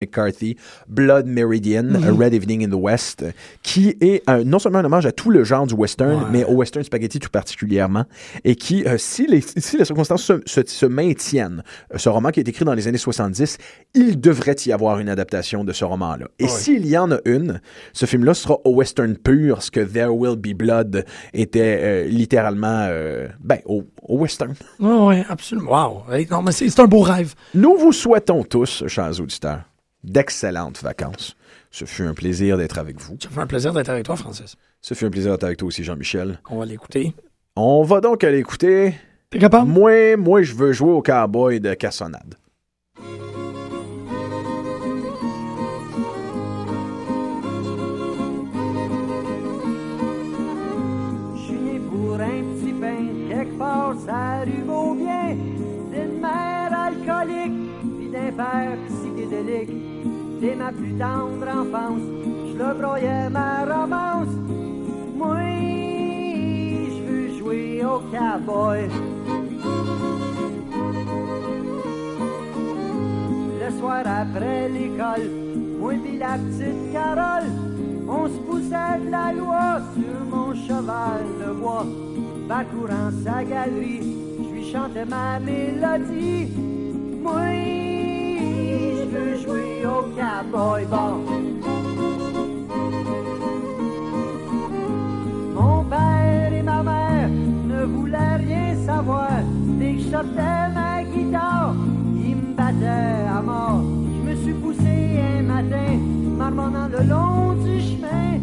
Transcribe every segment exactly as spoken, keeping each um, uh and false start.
McCarthy, Blood Meridian, Mm-hmm. A Red Evening in the West, qui est euh, non seulement un hommage à tout le genre du western, Ouais. mais au western spaghetti tout particulièrement, et qui, euh, si, les, si les circonstances se, se, se maintiennent, euh, ce roman qui est écrit dans les années soixante-dix, il devrait y avoir une adaptation de ce roman-là. Et Ouais. s'il y en a une, ce film-là sera au western pur, ce que There Will Be Blood était euh, littéralement euh, ben, au, au western. Oui, oui, absolument. Wow. Hey, non, mais c'est, c'est un beau rêve. Nous vous souhaitons tous, chers auditeurs, d'excellentes vacances. Ce fut un plaisir d'être avec vous. Ça fait un plaisir d'être avec toi, Francis. Ce fut un plaisir d'être avec toi aussi, Jean-Michel. On va l'écouter. On va donc aller écouter... T'es capable? Moi, moi, je veux jouer au cowboy de Cassonade. Je suis né pour un petit pain, quelque part, ça rue Beaubien, d'une mère alcoolique, puis d'un père psychédélique. Dès ma plus tendre enfance, je le broyais ma romance. Moi, je veux jouer au cowboy. Le soir après l'école, moi pis la petite Carole, on se poussait de la loi sur mon cheval de bois. Parcourant sa galerie, je lui chantais ma mélodie. Moi, je veux jouer au cowboy. Bon. Mon père et ma mère ne voulaient rien savoir. Dès que je sortais ma guitare, ils me battaient à mort. Je me suis poussé un matin, marmonnant le long du chemin.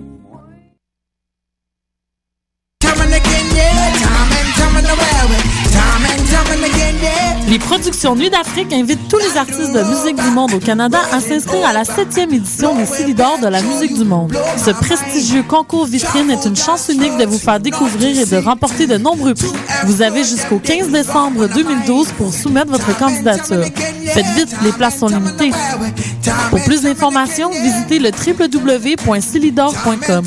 Les productions Nuit d'Afrique invitent tous les artistes de musique du monde au Canada à s'inscrire à la septième édition des Silidor de la musique du monde. Ce prestigieux concours vitrine est une chance unique de vous faire découvrir et de remporter de nombreux prix. Vous avez jusqu'au quinze décembre deux mille douze pour soumettre votre candidature. Faites vite, les places sont limitées. Pour plus d'informations, visitez le w w w point silidor point com.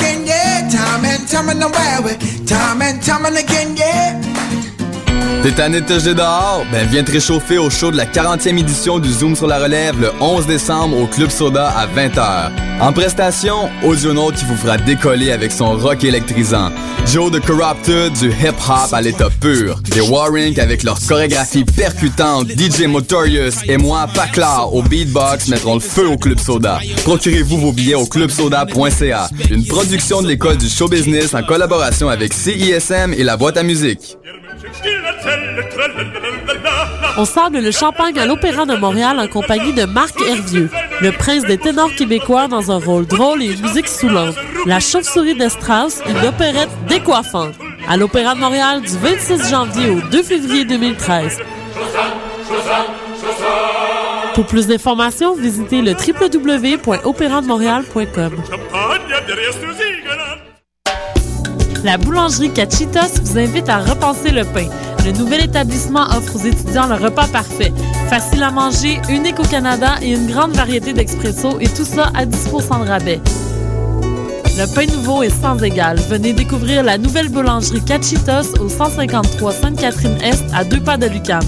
T'es tanné de te jeter dehors? Ben viens te réchauffer au show de la quarantième édition du Zoom sur la relève le onze décembre au Club Soda à vingt heures. En prestation, Audionaut qui vous fera décoller avec son rock électrisant. Joe de Corrupted, du hip-hop à l'état pur. Des Warrink avec leur chorégraphie percutante. D J Motorious et moi, Paclar, au beatbox mettront le feu au Club Soda. Procurez-vous vos billets au club soda point c a. Une production de l'école du show business en collaboration avec C I S M et la boîte à musique. On sable le champagne à l'Opéra de Montréal en compagnie de Marc Hervieux, le prince des ténors québécois dans un rôle drôle et une musique soulante. La chauve-souris de Strauss, une opérette décoiffante. À l'Opéra de Montréal du vingt-six janvier au deux février deux mille treize. Pour plus d'informations, visitez le w w w point opéra de montréal point com. La boulangerie Cachitos vous invite à repenser le pain. Le nouvel établissement offre aux étudiants le repas parfait. Facile à manger, unique au Canada et une grande variété d'expresso et tout ça à dix pour cent de rabais. Le pain nouveau est sans égal. Venez découvrir la nouvelle boulangerie Cachitos au cent cinquante-trois Sainte-Catherine-Est à deux pas de l'U Q A M.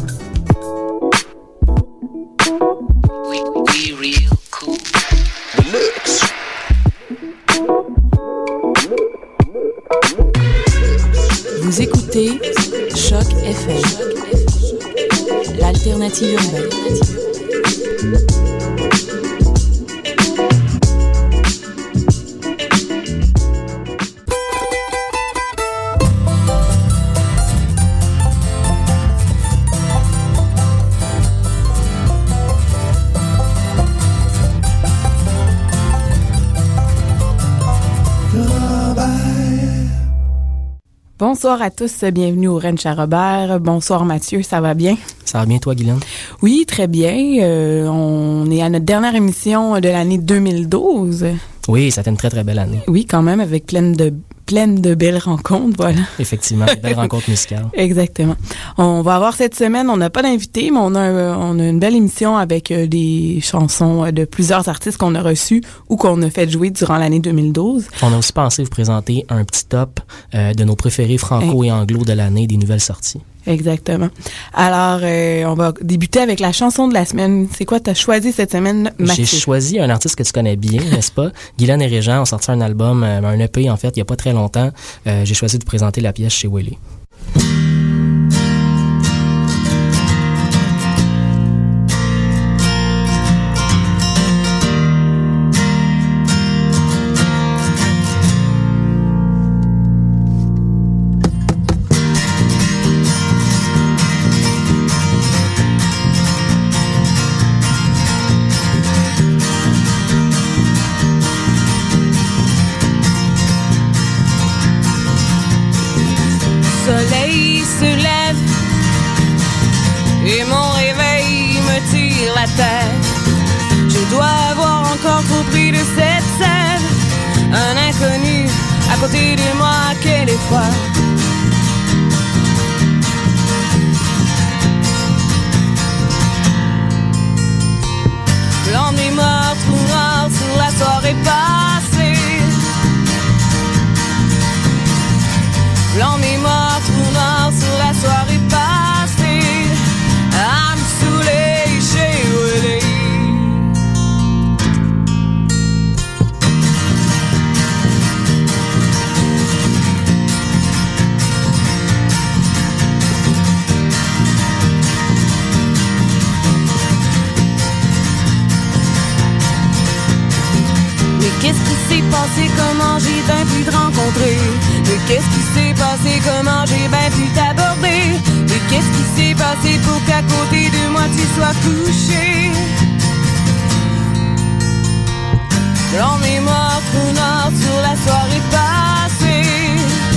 Vous écoutez Choc F M, l'alternative urbaine. Bonsoir à tous, bienvenue au Ranch à Robert. Bonsoir Mathieu, ça va bien? Ça va bien toi, Guylaine? Oui, très bien. Euh, on est à notre dernière émission de l'année deux mille douze. Oui, ça a été une très très belle année. Oui, quand même, avec pleine de pleine de belles rencontres, voilà. Effectivement, une belle rencontre musicale. Exactement. On va avoir cette semaine, on n'a pas d'invité, mais on a, un, on a une belle émission avec euh, des chansons de plusieurs artistes qu'on a reçus ou qu'on a fait jouer durant l'année deux mille douze. On a aussi pensé vous présenter un petit top euh, de nos préférés franco et anglo de l'année, des nouvelles sorties. Exactement. Alors, euh, on va débuter avec la chanson de la semaine. C'est quoi t'as choisi cette semaine, Mathieu? J'ai choisi un artiste que tu connais bien, n'est-ce pas? Guylaine et Régent ont sorti un album, euh, un E P en fait, il y a pas très longtemps. Euh, j'ai choisi de présenter la pièce chez Willy. Soleil se lève et mon réveil me tire la tête. Je dois avoir encore trop pris de cette scène. Un inconnu à côté de moi, quel effroi. L'ennui mort, trou noir sur la soirée passée. L'ennui mort, trou noir sur la soirée passée. À me saouler chez Willy. Mais qu'est-ce qui s'est passé, comment j'ai bien pu te rencontrer? Mais qu'est-ce qui s'est passé, comment j'ai bien pu t'aborder? Mais qu'est-ce qui s'est passé pour qu'à côté de moi tu sois couché? L'ennui mort, trou noir sur la soirée passée.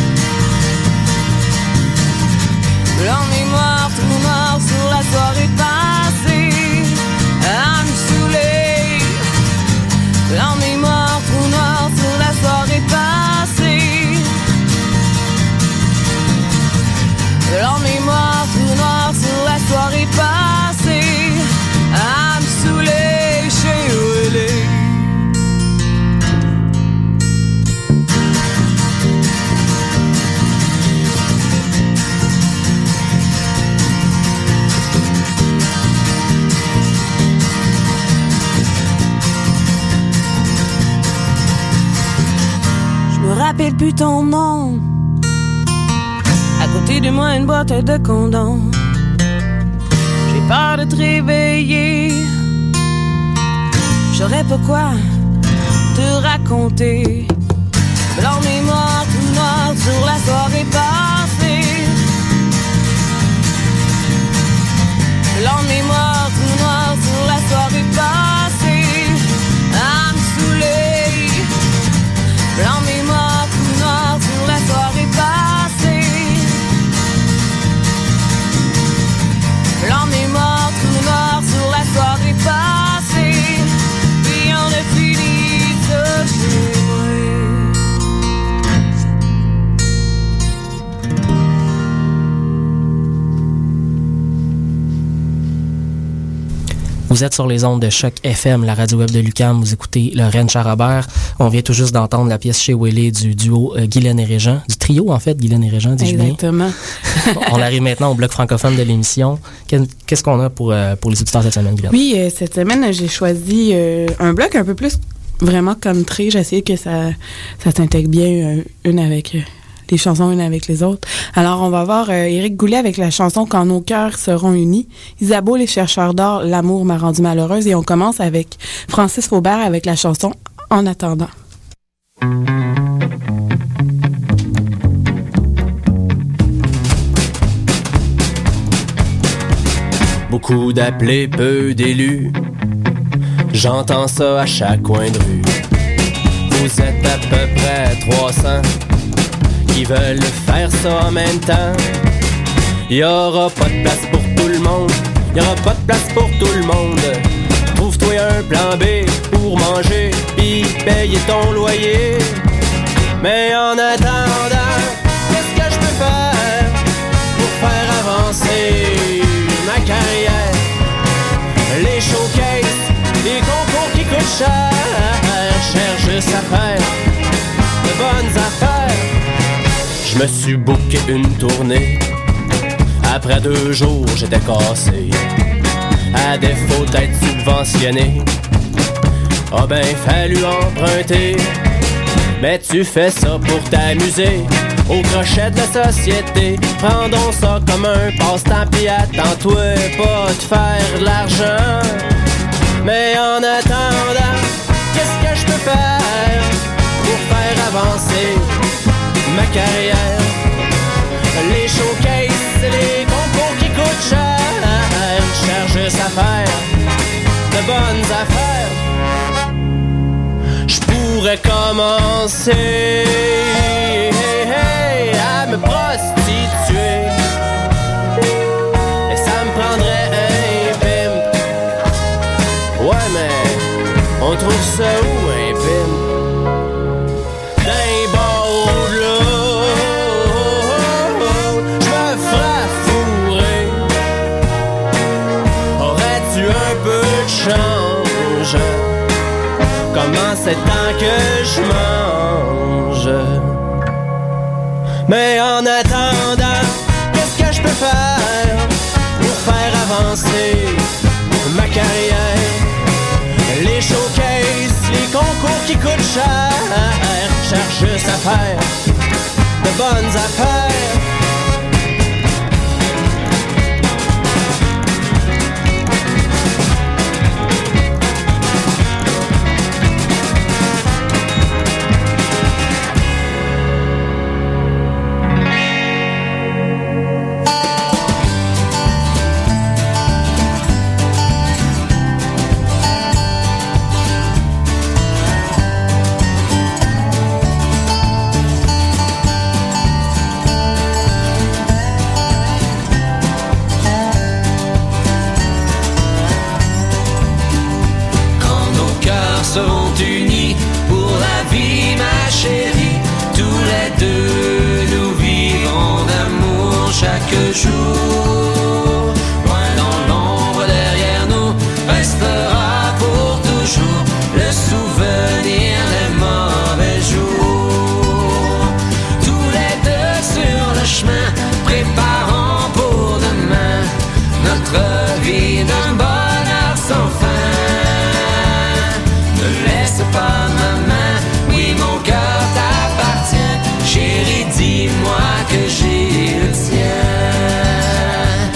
L'ennui mort, trou noir sur la soirée passée. À me saouler. L'ennui mort, trou noir sur la soirée passée. L'ennui mort, trou noir sur la soirée passée. À me saouler chez Willy. Je me rappelle plus ton nom. À côté de moi une boîte de condoms. J'ai peur de te réveiller. J'aurais pas quoi te raconter. L'ennui mort, tout noir sur la soirée passée. L'ennui mort, tout noir sur la soirée passée. À me saouler. L'ennui mort, tout noir sur la soirée passée. L'ennui mort, tout noir sur la soirée passée. Puis on a fini de chez moi. Vous êtes sur les ondes de Choc F M, la radio web de l'U Q A M. Vous écoutez Lorraine Charrobert. On vient tout juste d'entendre la pièce chez Willy du duo euh, Guylaine et Régent. Du trio, en fait, Guylaine et Régent, dis-je bien. Exactement. On arrive maintenant au bloc francophone de l'émission. Qu'est-ce qu'on a pour, euh, pour les auditeurs cette semaine, Guylaine? Oui, euh, cette semaine, j'ai choisi euh, un bloc un peu plus vraiment country. J'ai essayé que ça, ça s'intègre bien euh, une avec... Euh, les chansons une avec les autres. Alors, on va voir euh, Éric Goulet avec la chanson « Quand nos cœurs seront unis ». Isabeau, les chercheurs d'or, « L'amour m'a rendue malheureuse ». Et on commence avec Francis Faubert avec la chanson « En attendant ». Beaucoup d'appelés, peu d'élus. J'entends ça à chaque coin de rue. Vous êtes à peu près trois cents qui veulent faire ça en même temps. Y aura pas de place pour tout le monde. Y aura pas de place pour tout le monde. Trouve-toi un plan B pour manger pis payer ton loyer. Mais en attendant, qu'est-ce que je peux faire pour faire avancer ma carrière? Les showcases, les concours qui coûtent cher, cherche juste à faire de bonnes affaires. Je me suis booké une tournée Après deux jours, j'étais cassé. À défaut d'être subventionné, a ben fallu emprunter. Mais tu fais ça pour t'amuser, au crochet de la société. Prends donc ça comme un passe-temps, pis attends-toi pas de faire de l'argent. Mais en attendant, qu'est-ce que je peux faire pour faire avancer ma carrière? Les showcases, les concours qui coûtent cher, je cherche juste à faire de bonnes affaires. Je pourrais commencer hey, hey, à me prostituer, et ça me prendrait un pimp. Ouais, mais on trouve ça où un pimp? D'un bord de l'eau, je me ferais fourrer. Aurais-tu un peu de change? Comment c'est temps que je mange? Mais en attendant, qu'est-ce que je peux faire pour faire avancer ma carrière? Les showcases, les concours qui coûtent cher, je cherche juste à faire de bonnes affaires. Sont unis pour la vie, ma chérie. Tous les deux, nous vivrons d'amour chaque jour. Loin dans l'ombre derrière nous, restera pour toujours le souvenir des mauvais jours. Tous les deux sur le chemin, préparons pour demain notre vie d'un bonheur sans fin. Pas ma main, oui mon cœur t'appartient. Chérie, dis-moi que j'ai le tien.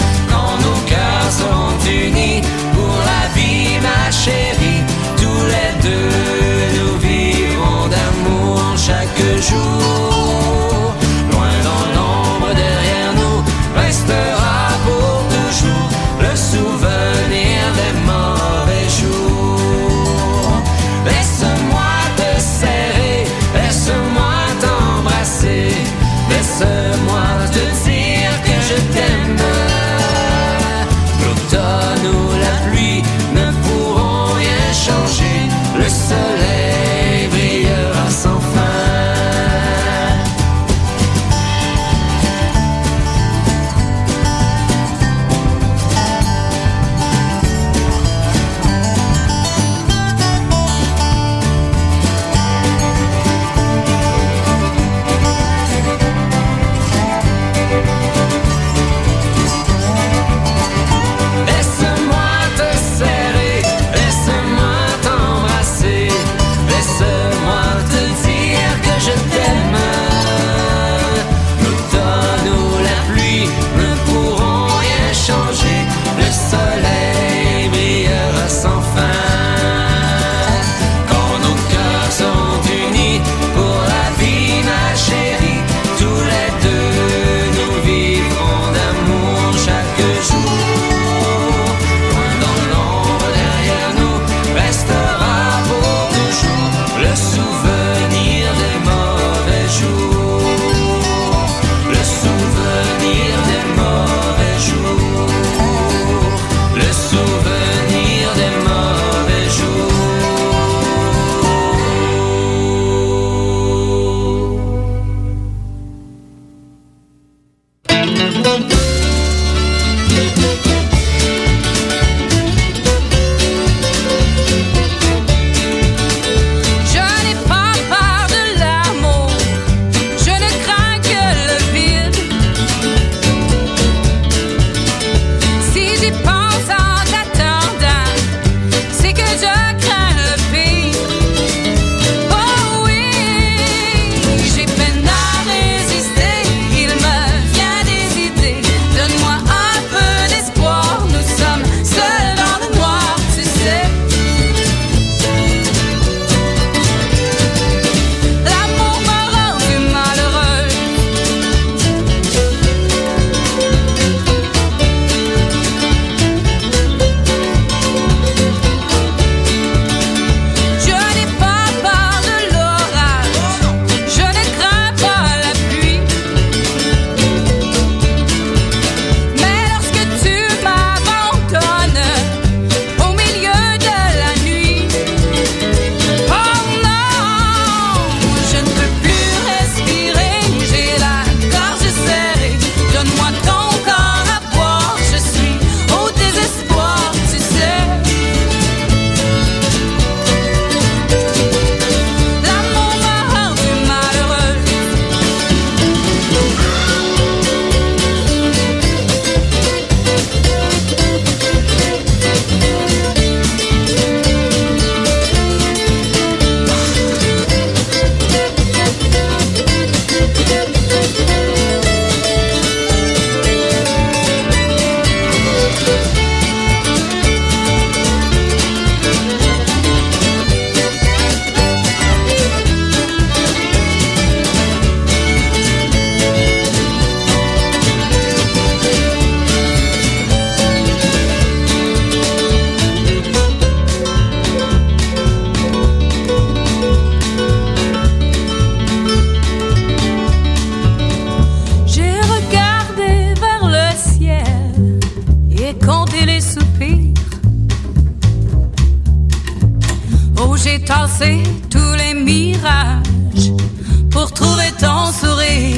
Oh, j'ai tassé tous les mirages pour trouver ton sourire.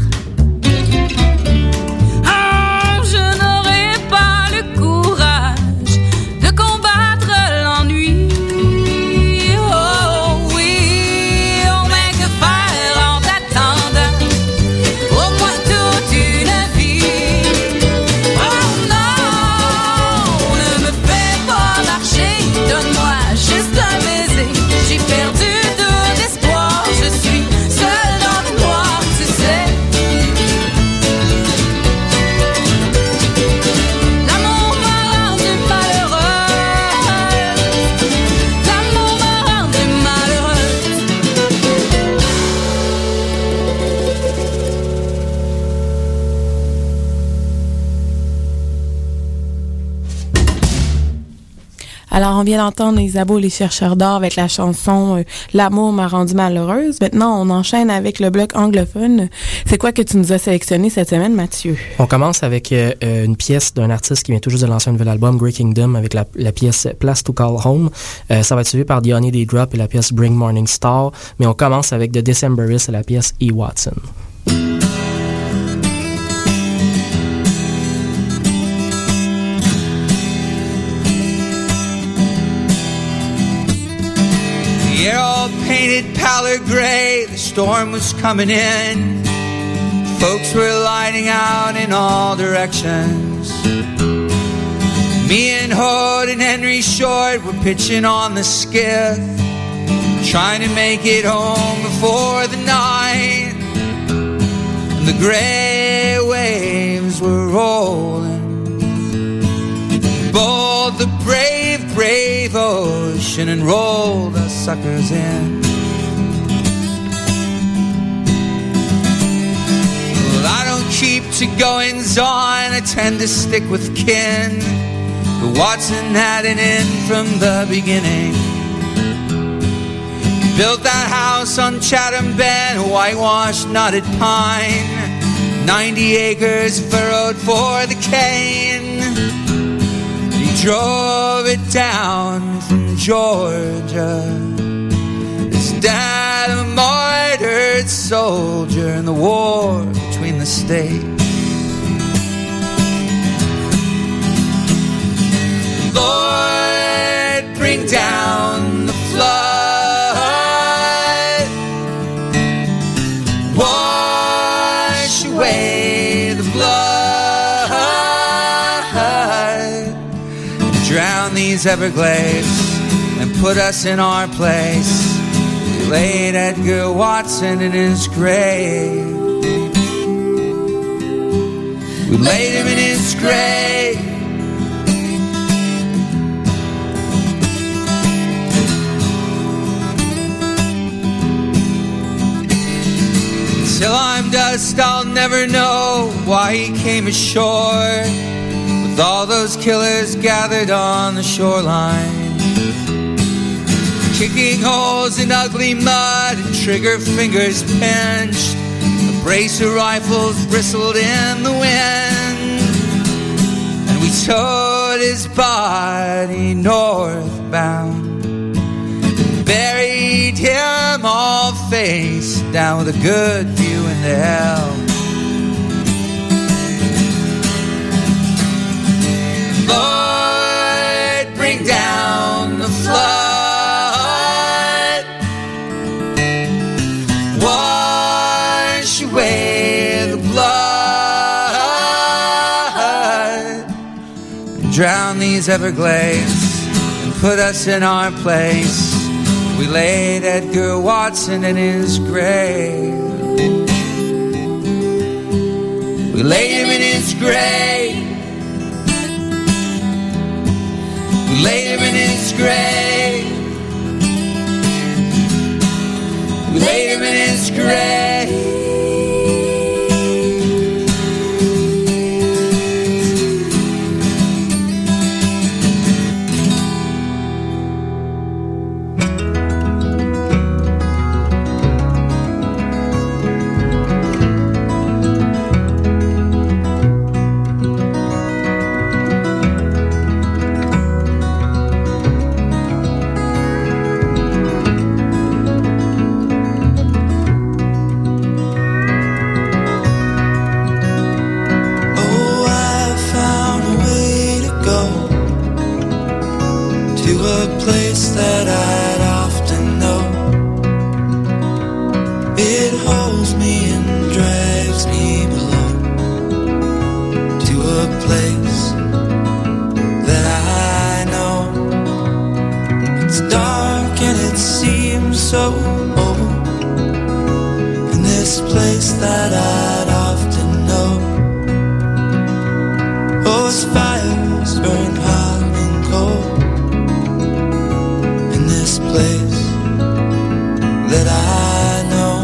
Oh, je n'aurais pas le courage de combattre l'ennui. Oh oui, oh mais que faire en t'attendant au moins toute une vie. Oh non, ne me fais pas marcher, donne-moi juste un baiser. J'ai perdu tout espoir, je suis seule dans le noir, tu sais. L'amour m'a rendu malheureuse. L'amour m'a rendu malheureuse. Alors, on vient d'entendre Isabeau, les chercheurs d'or avec la chanson euh, L'amour m'a rendue malheureuse. Maintenant, on enchaîne avec le bloc anglophone. C'est quoi que tu nous as sélectionné cette semaine, Mathieu? On commence avec euh, une pièce d'un artiste qui vient tout juste de lancer un nouvel album, Grey Kingdom, avec la, la pièce Place to Call Home. Euh, ça va être suivi par The Honey Day Drop et la pièce Bring Morning Star. Mais on commence avec The Decemberists et la pièce E. Watson. The air all painted pallid gray, the storm was coming in. Folks were lining out in all directions. Me and Hood and Henry Short were pitching on the skiff, trying to make it home before the night. And the gray waves were rolling. Bold the brave, brave ocean and rolled us suckers in. Well, I don't keep to goings on, I tend to stick with kin. But Watson had an in from the beginning. He built that house on Chatham Bend, whitewashed knotted pine, ninety acres furrowed for the cane. Drove it down from Georgia. His dad, a martyred soldier in the war between the states. Lord, bring down the flood, wash away the blood. Drown these Everglades and put us in our place. We laid Edgar Watson in his grave. We laid him in his grave. Till I'm dust, I'll never know why he came ashore with all those killers gathered on the shoreline, kicking holes in ugly mud and trigger fingers pinched. A brace of rifles bristled in the wind, and we towed his body northbound, buried him all face down with a good view into hell. Lord, bring down the flood, wash away the blood, drown these Everglades and put us in our place. We laid Edgar Watson in his grave. We laid him in his grave. We laid him in his grave. We laid him in his grave. that I'd often know. It holds me and drags me below to a place that I know. It's dark and it seems so old in this place that I'd often know. Oh, its fires burn hot and cold in this place that I know.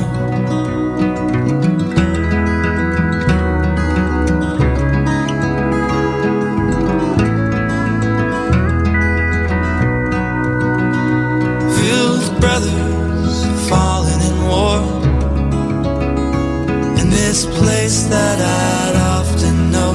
Filled with brothers fallen in war in this place that I'd often know.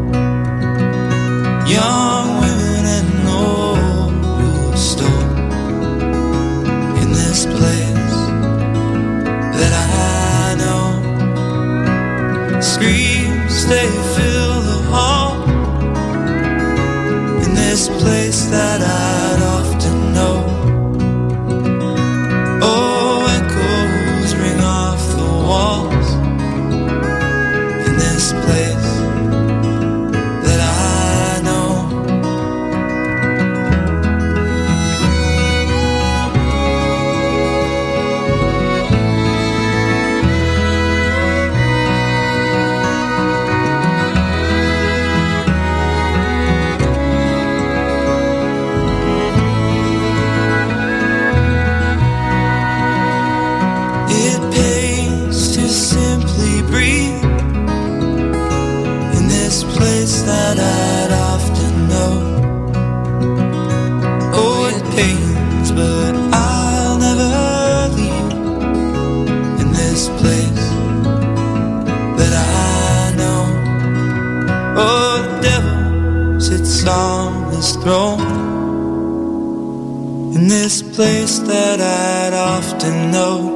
Young women and old who stole in this place that I know. Screams they fill the hall in this place that I'd often know. Oh, echoes ring off the walls in this place that I know. It pays to simply breathe in this place that I'd often know. Oh, it pains, but I'll never leave in this place that I know. Oh, the devil sits on his throne in this place that I'd often know.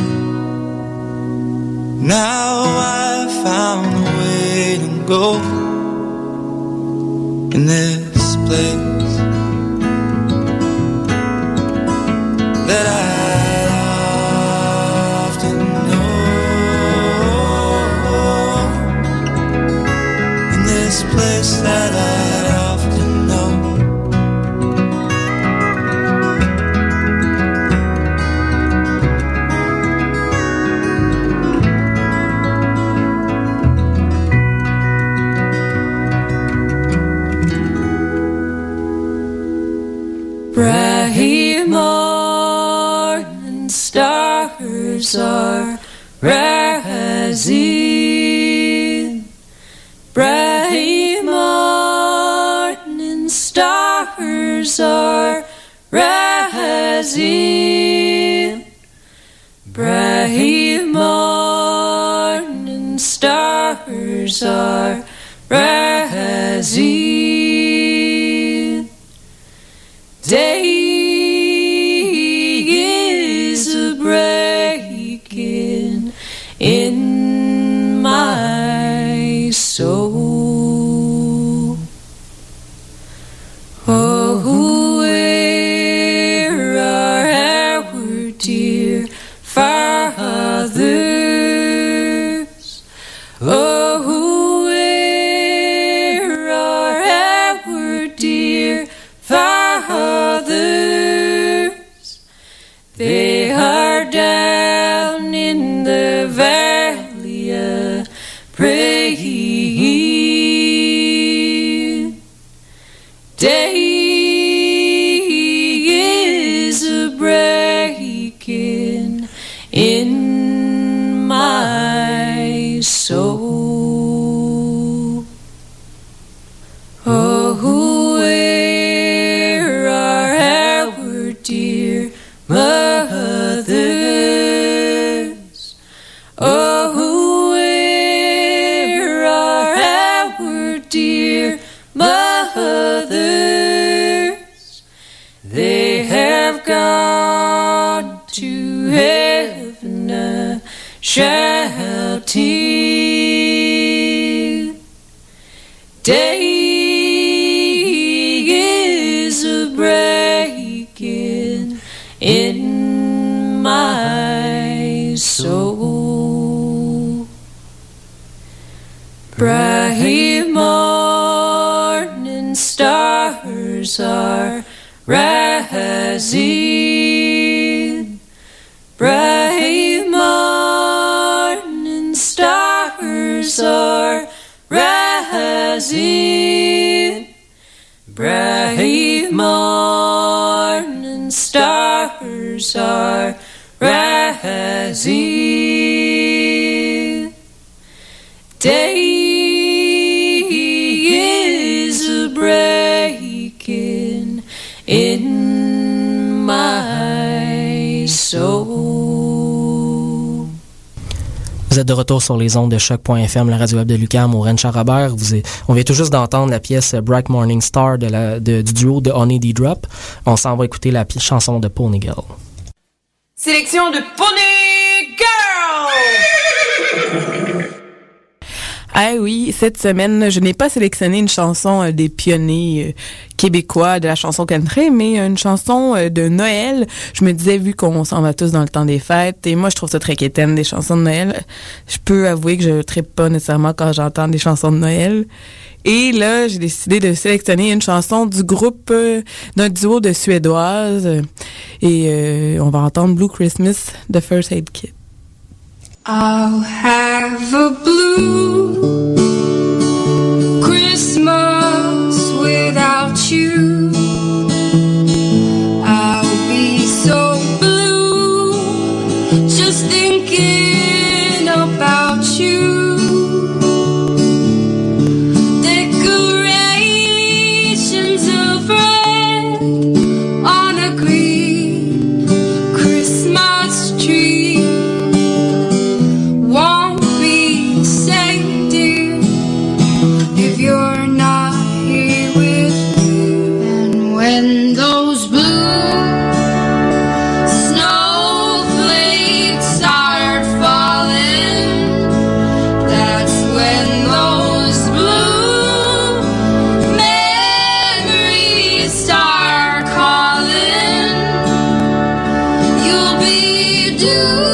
Now I've found a way to go in this place that I often know. In this place that I often know. Bright morning stars are rising. Bright morning stars are rising. Bright morning stars are rising. Day is a breaking in my soul. Oh, where are our dear fathers? Oh, where are our dear fathers? They are down in the valley of praying. Day is a breaking in my soul. Oh, where are our dear mothers? Oh, where are our dear mothers? They have gone to heaven a shouting. Day is a breaking rising. Bright morning stars are rising. Bright morning stars are rising. Day is a breaking in my soul. Vous êtes de retour sur les ondes de choc point f m, la radio web de Lucam, au Ranch à Robert. Vous est, on vient tout juste d'entendre la pièce Bright Morning Star de la, de, du duo de Honey D. Drop. On s'en va écouter la pi- chanson de Pony Girl. Sélection de Pony Girl! Ah oui, cette semaine, je n'ai pas sélectionné une chanson euh, des pionniers euh, québécois de la chanson country, mais une chanson euh, de Noël. Je me disais, vu qu'on s'en va tous dans le temps des fêtes, et moi, je trouve ça très quétaine, des chansons de Noël. Je peux avouer que je trippe pas nécessairement quand j'entends des chansons de Noël. Et là, j'ai décidé de sélectionner une chanson du groupe euh, d'un duo de Suédoises. Et euh, on va entendre Blue Christmas de First Aid Kit. I'll have a blue Christmas without you. I'll be so blue just thinking about you. Decorations of red on a green Christmas tree. Won't be the same, dear, if you're not here with me. And when those blue snowflakes start falling, that's when those blue memories start calling. You'll be doing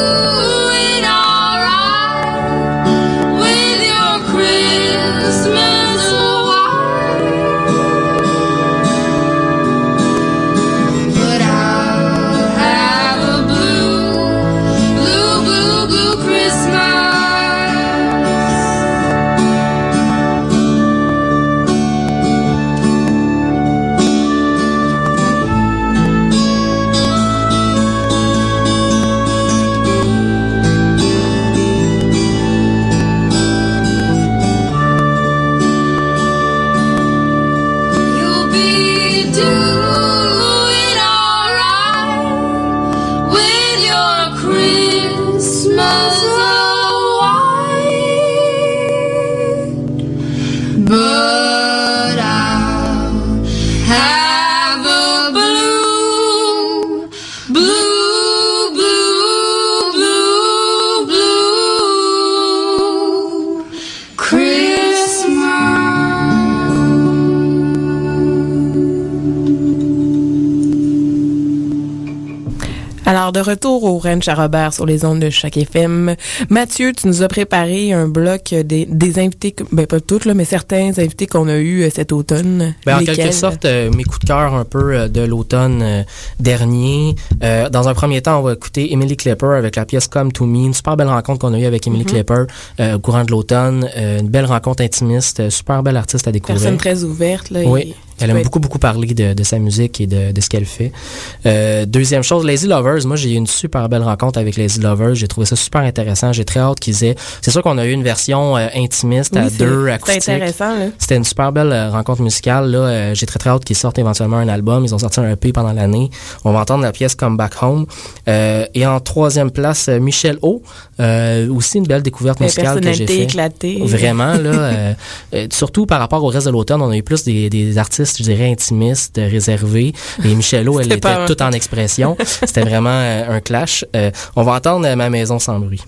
Alors, de retour au Ranch à Robert sur les ondes de Choc F M. Mathieu, tu nous as préparé un bloc des, des invités, ben pas toutes, là, mais certains invités qu'on a eus euh, cet automne. Ben, en Lesquels? quelque sorte, euh, mes coups de cœur un peu euh, de l'automne euh, dernier. Euh, dans un premier temps, on va écouter Emily Clipper avec la pièce Come to Me. Une super belle rencontre qu'on a eue avec Emily mm-hmm. Clipper euh, au courant de l'automne. Euh, une belle rencontre intimiste, euh, super belle artiste à découvrir. Personne très ouverte, là. Oui. Et... Elle aime beaucoup, beaucoup parler de, de sa musique et de, de ce qu'elle fait. Euh, deuxième chose, Lazy Lovers. Moi, j'ai eu une super belle rencontre avec Lazy Lovers. J'ai trouvé ça super intéressant. J'ai très hâte qu'ils aient... C'est sûr qu'on a eu une version euh, intimiste oui, à c'est, deux, acoustique. C'était intéressant, là. C'était une super belle euh, rencontre musicale. Là. Euh, j'ai très, très hâte qu'ils sortent éventuellement un album. Ils ont sorti un E P pendant l'année. On va entendre la pièce Come Back Home. Euh, et en troisième place, euh, Michel O. Euh, aussi une belle découverte musicale que j'ai fait. Éclatée. Vraiment, là. euh, euh, surtout par rapport au reste de l'automne, on a eu plus des, des artistes, je dirais, intimistes, réservés. Et Michelot, elle était toute en expression. C'était vraiment euh, un clash. Euh, on va entendre euh, Ma maison sans bruit.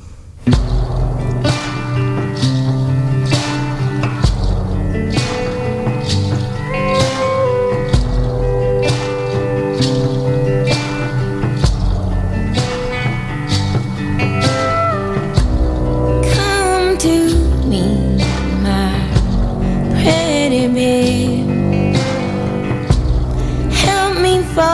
Come to me, my pretty babe. Help me fall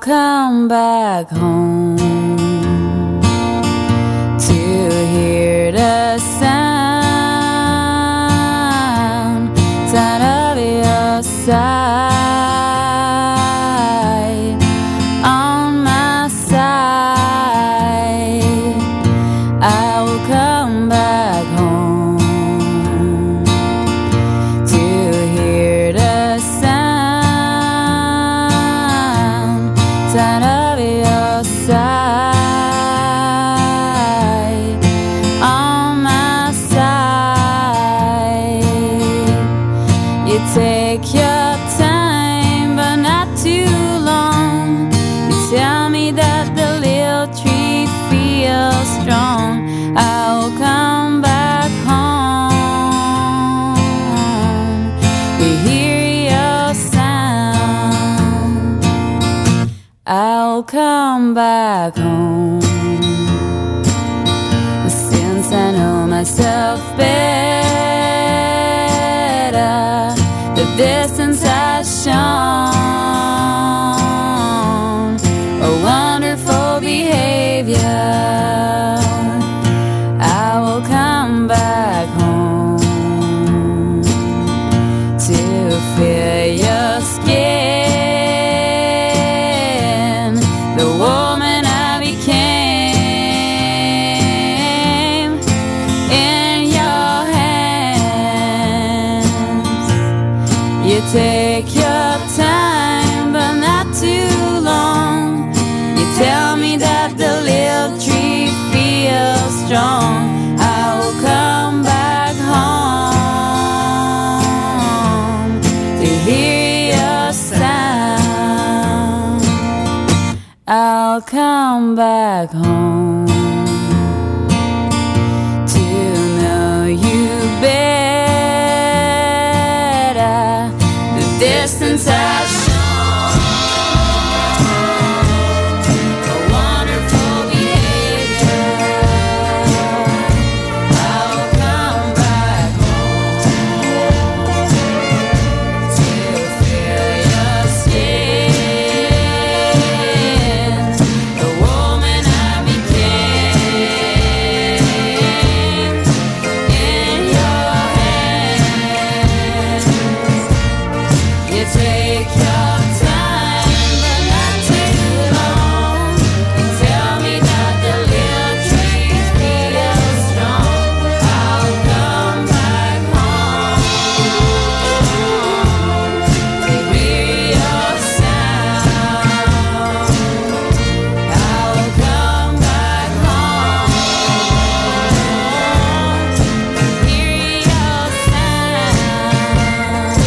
come back home to hear the sound, sound of your side, on my side. I will come back home to hear the sound, sound of your side, on my side. You take your time, but not too long. You tell me that the little tree feels strong. I'll come back home to hear your sound. I'll come back home. Since I know myself better, the distance has shown a wonderful behavior. I will come back home to feel your skin, the woman I became in your hands. You take your time, but not too long. You tell me that the little tree feels strong. I will come back home to hear your sound. I'll come back home to know you better. The distance has shown a wonderful behavior. I'll come back home to feel your skin, the woman I became in your hands. You take your time, but not too long. You tell me that the little tree feels strong. I'll come back home to hear your sound. I'll come back home to hear your sound.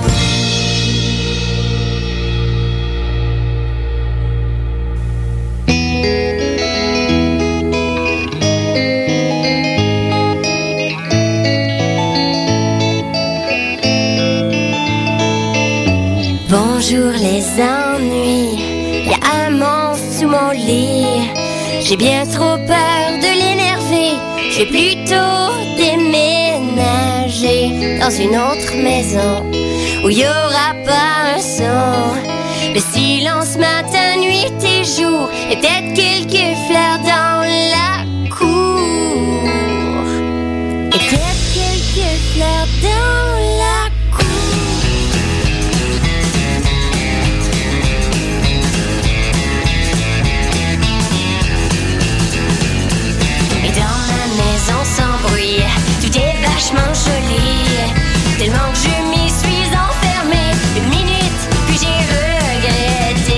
Bonjour les ennuis, y a un monstre sous mon lit. J'ai bien trop peur de l'énerver. J'ai plutôt déménager dans une autre maison où y aura pas un son. Le silence matin, nuit et jour, et peut-être quelques fleurs dans la cour. Et peut-être quelques fleurs dans la cour. Et dans ma maison sans bruit, tout est vachement joli. Tellement que je m'y suis enfermée une minute, puis j'ai regretté.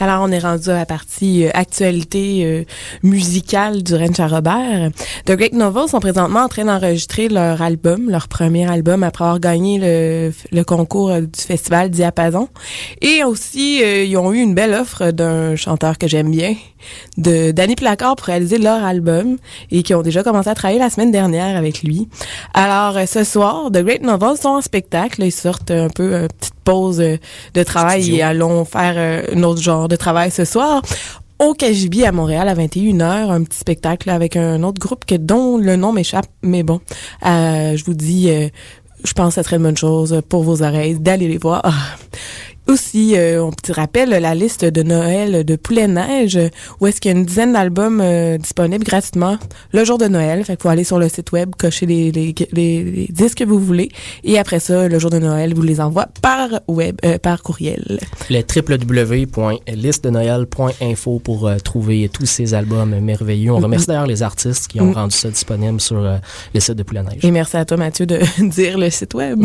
Alors, on est rendu à la partie euh, actualité euh, musicale du Ranch à Robert. The Great Novels sont présentement en train d'enregistrer leur album, leur premier album, après avoir gagné le, le concours euh, du festival Diapason. Et aussi, euh, ils ont eu une belle offre d'un chanteur que j'aime bien, de Danny Placard, pour réaliser leur album, et qui ont déjà commencé à travailler la semaine dernière avec lui. Alors, euh, ce soir, The Great Novels sont en spectacle. Ils sortent un peu une petite pause euh, de travail Studio. Et allons faire euh, un autre genre de travail ce soir au K J B à Montréal à vingt et une heures, un petit spectacle là, avec un autre groupe que dont le nom m'échappe, mais bon, euh, je vous dis, euh, je pense que ça serait une bonne chose pour vos oreilles d'aller les voir. Aussi, euh, un petit rappel, la liste de Noël de Poulet Neige, où est-ce qu'il y a une dizaine d'albums euh, disponibles gratuitement le jour de Noël. Fait qu'il faut aller sur le site web, cocher les, les, les, les disques que vous voulez, et après ça, le jour de Noël, vous les envoie par web, euh, par courriel. Le w w w point liste de noël point info pour euh, trouver tous ces albums merveilleux. On remercie d'ailleurs les artistes qui ont mm. rendu ça disponible sur euh, le site de Poulet Neige. Et merci à toi, Mathieu, de dire le site web.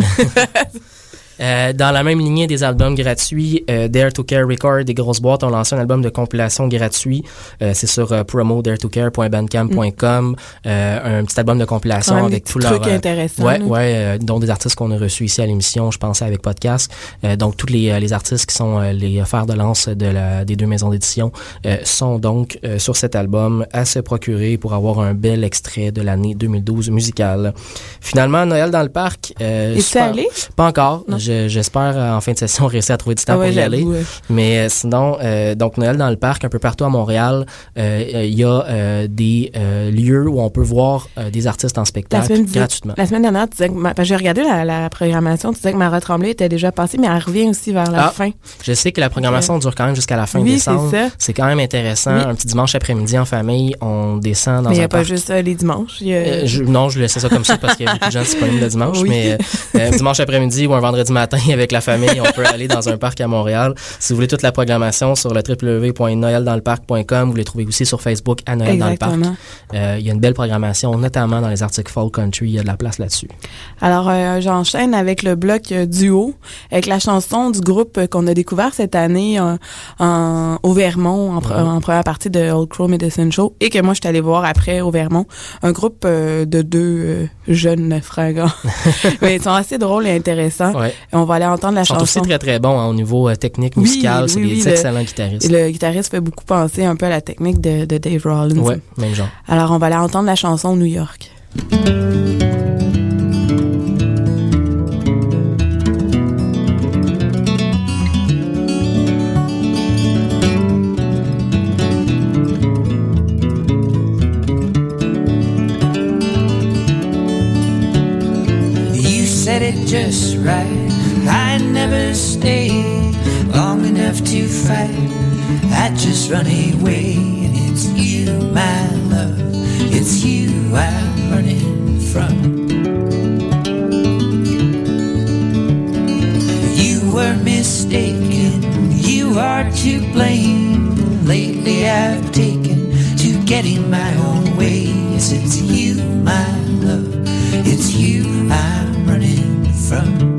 Euh, dans la même lignée des albums gratuits, euh, Dare to Care Record et Grosse Boîte ont lancé un album de compilation gratuit. Euh, c'est sur euh, promo dare to care point bandcamp point com. Mm. Euh, un petit album de compilation quand même avec tous leurs... trucs intéressants. Ouais, ouais, euh, dont des artistes qu'on a reçus ici à l'émission, je pensais avec podcast. Euh, donc, tous les, les artistes qui sont euh, les fers de lance de la, des deux maisons d'édition euh, sont donc euh, sur cet album à se procurer pour avoir un bel extrait de l'année deux mille douze musicale. Finalement, Noël dans le parc... Euh, Es-tu allé? Pas encore. Non. Je, j'espère euh, en fin de session réussir à trouver du temps ah ouais, pour y aller. Ouais. Mais euh, sinon, euh, donc Noël dans le parc, un peu partout à Montréal, il euh, y a euh, des euh, lieux où on peut voir euh, des artistes en spectacle la gratuitement. La semaine dernière, tu disais que ma, j'ai regardé la, la programmation, tu disais que Mara Tremblay était déjà passée, mais elle revient aussi vers la ah, fin. Je sais que la programmation ouais. dure quand même jusqu'à la fin oui, décembre. C'est, ça. c'est quand même intéressant. Oui. Un petit dimanche après-midi en famille, on descend dans mais un il n'y a parc. pas juste euh, les dimanches. Y a... euh, je, non, je laissais ça comme ça parce qu'il y a beaucoup de gens disponibles le dimanche. Oui. Mais euh, dimanche après-midi ou un vendredi matin avec la famille, on peut aller dans un parc à Montréal. Si vous voulez toute la programmation sur le w w w point noël dans le parc point com, vous les trouvez aussi sur Facebook à Noël Exactement. dans le parc. Euh, il y a une belle programmation, notamment dans les articles folk country. Il y a de la place là-dessus. Alors, euh, j'enchaîne avec le bloc euh, duo, avec la chanson du groupe euh, qu'on a découvert cette année euh, en, au Vermont, en, mm-hmm. en première partie de Old Crow Medicine Show, et que moi, je suis allée voir après au Vermont. Un groupe euh, de deux euh, jeunes frères. Mais ils sont assez drôles et intéressants. Ouais. Et on va aller entendre la Ils sont chanson. aussi très, très bons hein, au niveau euh, technique, musical. Oui, c'est oui, des oui, excellents le, guitaristes. Le guitariste fait beaucoup penser un peu à la technique de, de Dave Rollins. Ouais, même genre. Alors, on va aller entendre la chanson New York. Just right, I never stayed long enough to fight. I just run away, and it's you, my love. It's you I'm running from. You were mistaken, you are to blame. Lately I've taken to getting my own way. Yes, it's you, my love. It's you I'm running from.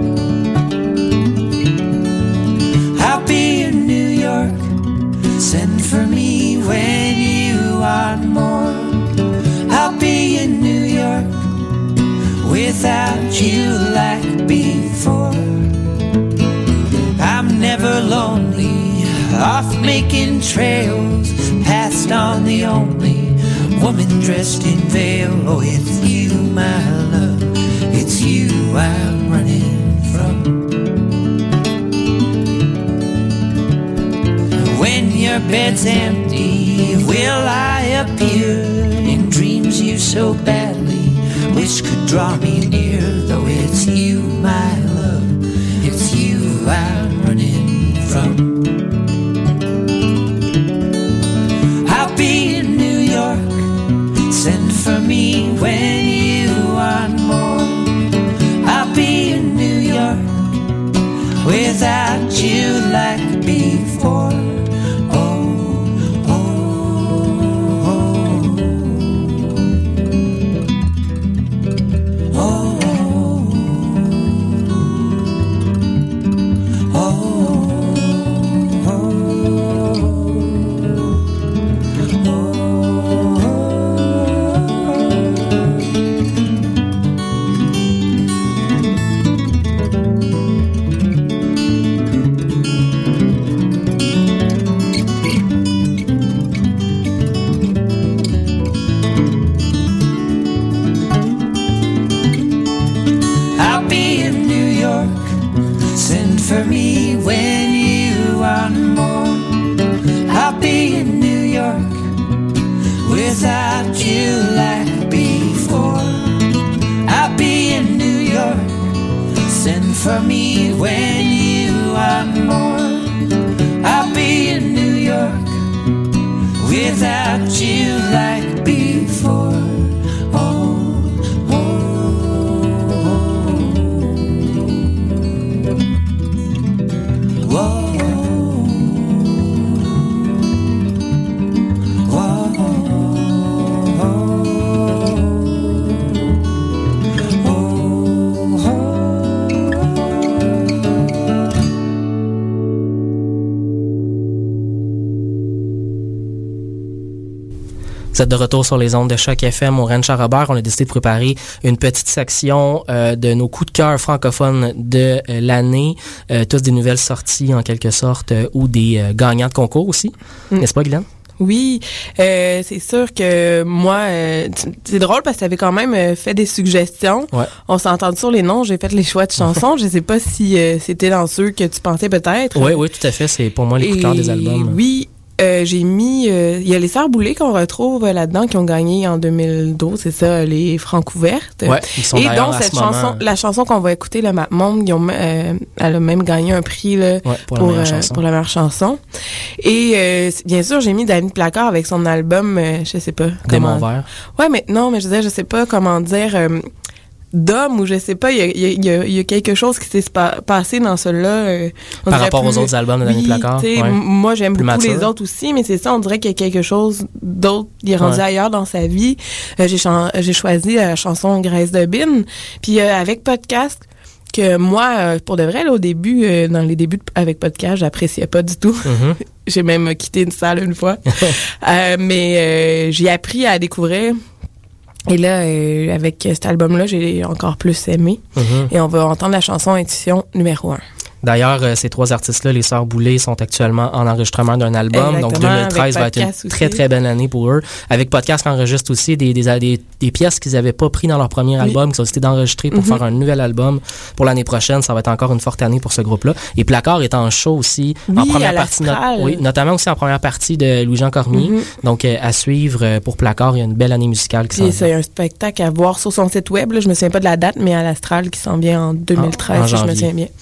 I'll be in New York. Send for me when you want more. I'll be in New York without you like before. I'm never lonely, off making trails, past on the only woman dressed in veil. Oh, it's you, my love. It's you I'm running from. When your bed's empty, will I appear in dreams you so badly wish could draw me near? Though it's you, my love, it's you I'm running from. I'll be in New York, send for me when you want more. I'll be in New York without you like before. Oh, for me when you are more. I'll be in New York without you like before. I'll be in New York. Send for me when you are more. I'll be in New York without you like before. Oh, oh, oh. Whoa. Vous êtes de retour sur les ondes de Choc F M au Ranch à Robert. On a décidé de préparer une petite section euh, de nos coups de cœur francophones de euh, l'année. Euh, tous des nouvelles sorties en quelque sorte euh, ou des euh, gagnants de concours aussi. Mm. N'est-ce pas, Guylaine? Oui, euh, c'est sûr que moi, euh, c'est drôle parce que tu avais quand même euh, fait des suggestions. Ouais. On s'est entendu sur les noms, j'ai fait les choix de chansons. Je sais pas si euh, c'était dans ceux que tu pensais peut-être. Oui, oui, tout à fait. C'est pour moi les coups de cœur des albums. Oui. Euh, j'ai mis, euh, il y a les Sœurs Boulay qu'on retrouve euh, là-dedans qui ont gagné en deux mille douze, c'est ça, les Francs ouvertes. Ouais, ils sont et d'ailleurs donc à cette ce chanson, moment... la chanson qu'on va écouter, le Map Monde, ils ont, euh, elle a même gagné un prix là, ouais, pour, pour, la euh, pour la meilleure chanson. Et euh, bien sûr, j'ai mis Danny Placard avec son album, euh, je sais pas Démon comment. vert. Ouais, mais non, mais je disais, je sais pas comment dire. Euh, d'homme ou je sais pas, il y a, y, a, y a quelque chose qui s'est spa- passé dans celui-là. Euh, Par rapport plus, aux autres albums de Danny oui, Placard. Ouais. M- moi, j'aime plus beaucoup mature. les autres aussi, mais c'est ça, on dirait qu'il y a quelque chose d'autre. Il est rendu ouais. ailleurs dans sa vie. Euh, j'ai, chan- j'ai choisi la chanson Grace de Bin. Puis euh, avec Podcast, que moi, euh, pour de vrai, là, au début, euh, dans les débuts de, avec Podcast, j'appréciais pas du tout. Mm-hmm. J'ai même quitté une salle une fois. euh, mais euh, j'ai appris à découvrir. Et là, euh, avec cet album-là, j'ai encore plus aimé. Mm-hmm. Et on va entendre la chanson Intuition numéro un. D'ailleurs, euh, ces trois artistes-là, les Sœurs Boulay, sont actuellement en enregistrement d'un album. Exactement, donc deux mille treize va être une aussi. très, très belle année pour eux. Avec Podcast, ils enregistrent aussi des, des, des, des pièces qu'ils n'avaient pas pris dans leur premier oui. album, qui ont décidé d'enregistrer pour mm-hmm. faire un nouvel album pour l'année prochaine. Ça va être encore une forte année pour ce groupe-là. Et Placard est en show aussi, oui, en première à partie. No- oui, notamment aussi en première partie de Louis-Jean Cormier. Mm-hmm. Donc, euh, à suivre pour Placard, il y a une belle année musicale qui s'en vient. C'est un spectacle à voir sur son site web. Là, je me souviens pas de la date, mais à l'Astral qui s'en vient en deux mille treize, en, en si je me souviens bien.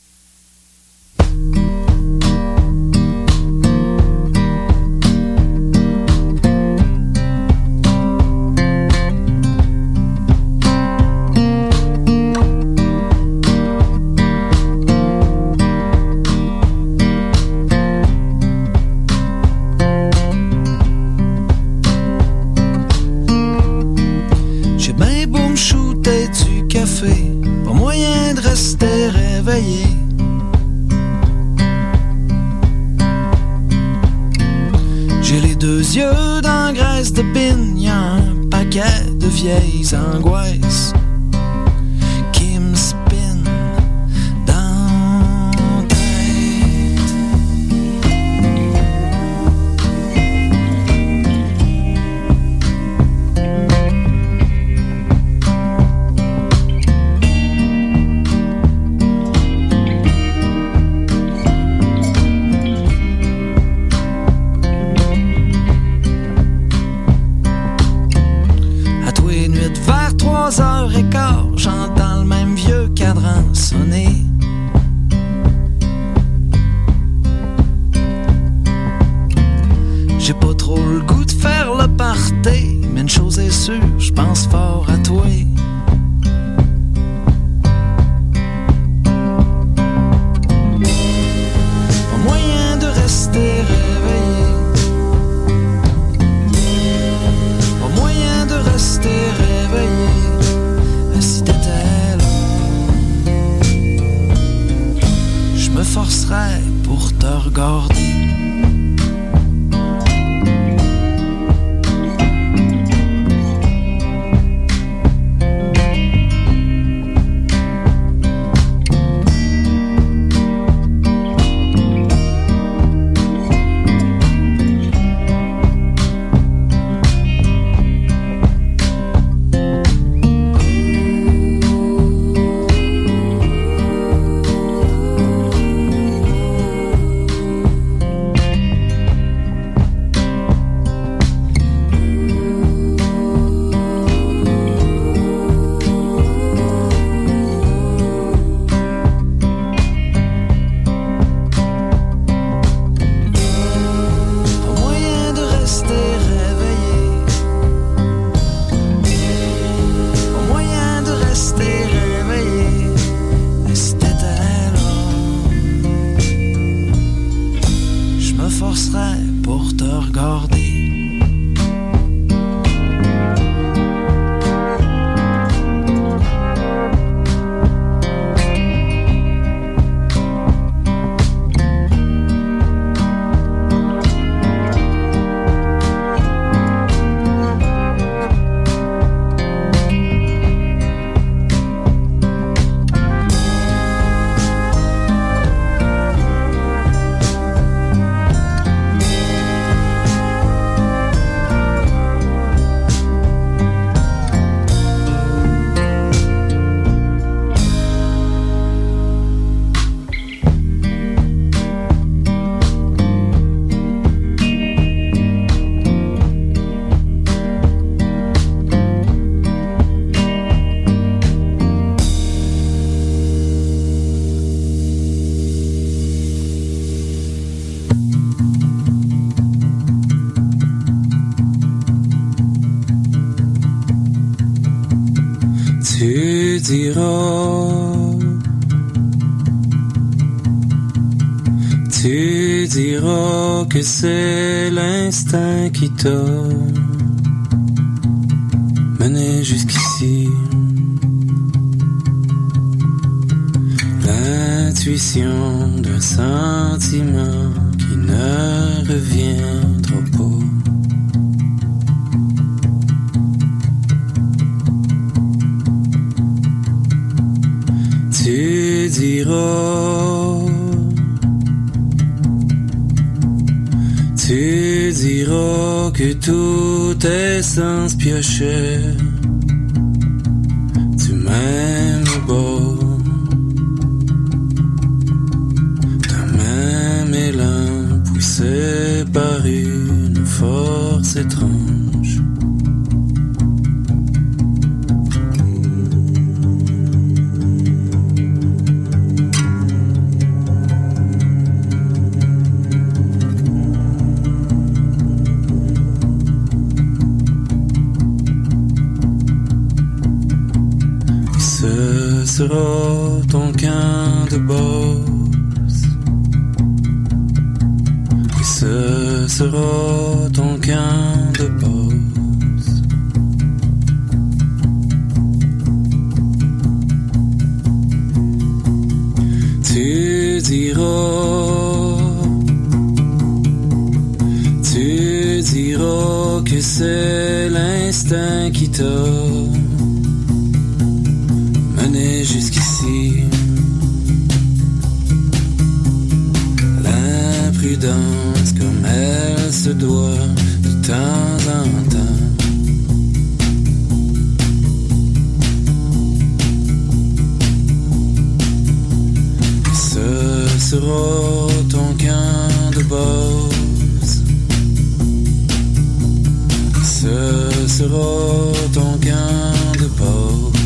Pas moyen de rester réveillé. J'ai les deux yeux dans graisse de pine, y'a un paquet de vieilles angoisses qui me spinent dans la tête. trois heures et quart, j'entends le même vieux cadran sonner. J'ai pas trop le goût de faire le party, mais une chose est sûre, j'pense fort à toi. Pas moyen de rester réveillé. Pas moyen de rester réveillé. Si t'étais là, je me forcerais pour te regarder. diras, tu diras que c'est l'instinct qui t'a mené jusqu'ici. L'intuition d'un sentiment qui ne reviendra pas. Tu diras, tu diras que tout est sans piocher du même bord, d'un même élan poussé par une force étrange. Ce sera ton camp de base, et ce sera ton camp de base. Tu diras, tu diras que c'est l'instinct qui t'a mené jusqu'ici. L'imprudence comme elle se doit de temps en temps. Ce sera ton camp de base. Ce sera ton camp de base.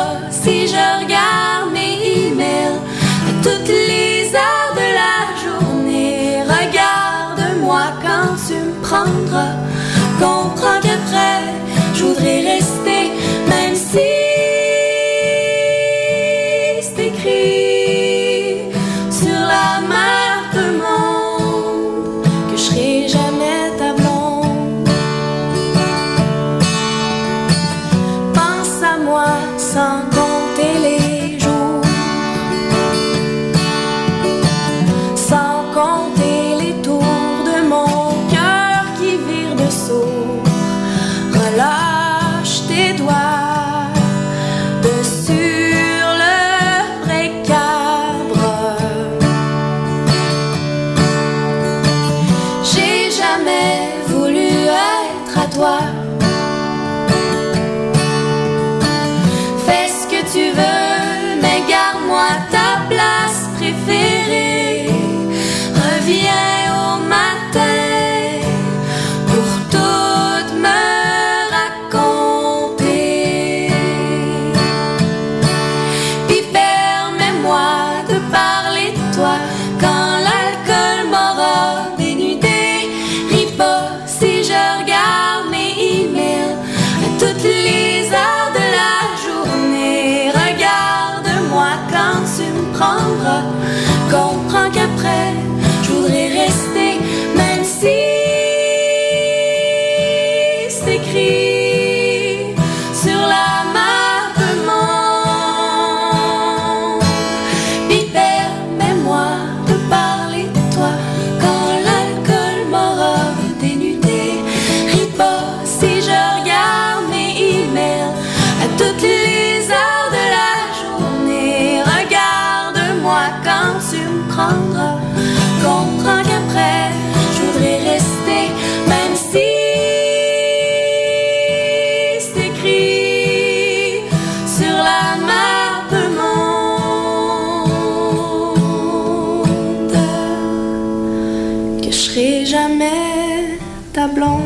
pas si je regarde mes emails à toutes les heures de la journée. Regarde-moi quand tu me prendras. Comprends qu'après, je voudrais rester, même si c'est écrit sur la map monde que je serai jamais ta blonde. Pense à moi sans compter les jours, sans compter les tours de mon cœur qui vire de sourd. Relâche tes doigts de sur le bric-à-brac. J'ai jamais voulu être à toi. Fais ce que tu veux, mais garde-moi ta place préférée. Reviens au matin pour tout me raconter. Puis permets-moi de parler de toi quand l'alcool m'aura dénudé. Ris pas si je regarde mes emails à toutes les heures de la journée. Regarde-moi quand tu me prendras. Comprends qu'après, je voudrais rester, même si c'est écrit sur la map monde. Puis permets-moi de parler de toi quand l'alcool m'aura dénudé. Ris pas si je regarde mes emails à toutes les heures de la journée. Regarde-moi quand tu me prendras. Comprends qu'après, je voudrais rester, même si c'est écrit sur la map monde que je serai jamais ta blonde.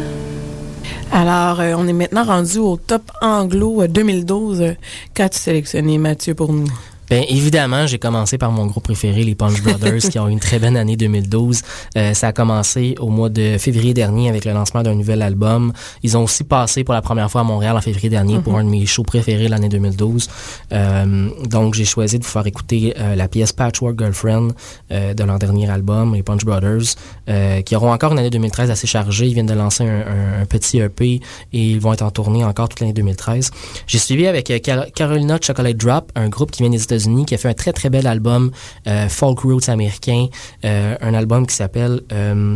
Alors, euh, on est maintenant rendu au top anglo euh, deux mille douze. Euh, Qu'as-tu sélectionné, Mathieu, pour nous? Bien, évidemment, j'ai commencé par mon groupe préféré, les Punch Brothers, qui ont eu une très bonne année deux mille douze. Euh, ça a commencé au mois de février dernier avec le lancement d'un nouvel album. Ils ont aussi passé pour la première fois à Montréal en février dernier mm-hmm. pour un de mes shows préférés l'année deux mille douze. Euh, donc, j'ai choisi de vous faire écouter euh, la pièce Patchwork Girlfriend euh, de leur dernier album, les Punch Brothers, euh, qui auront encore une année deux mille treize assez chargée. Ils viennent de lancer un, un, un petit E P et ils vont être en tournée encore toute l'année deux mille treize. J'ai suivi avec euh, Car- Carolina Chocolate Drop, un groupe qui vient des États-Unis, qui a fait un très très bel album euh, folk roots américain, euh, un album qui s'appelle euh,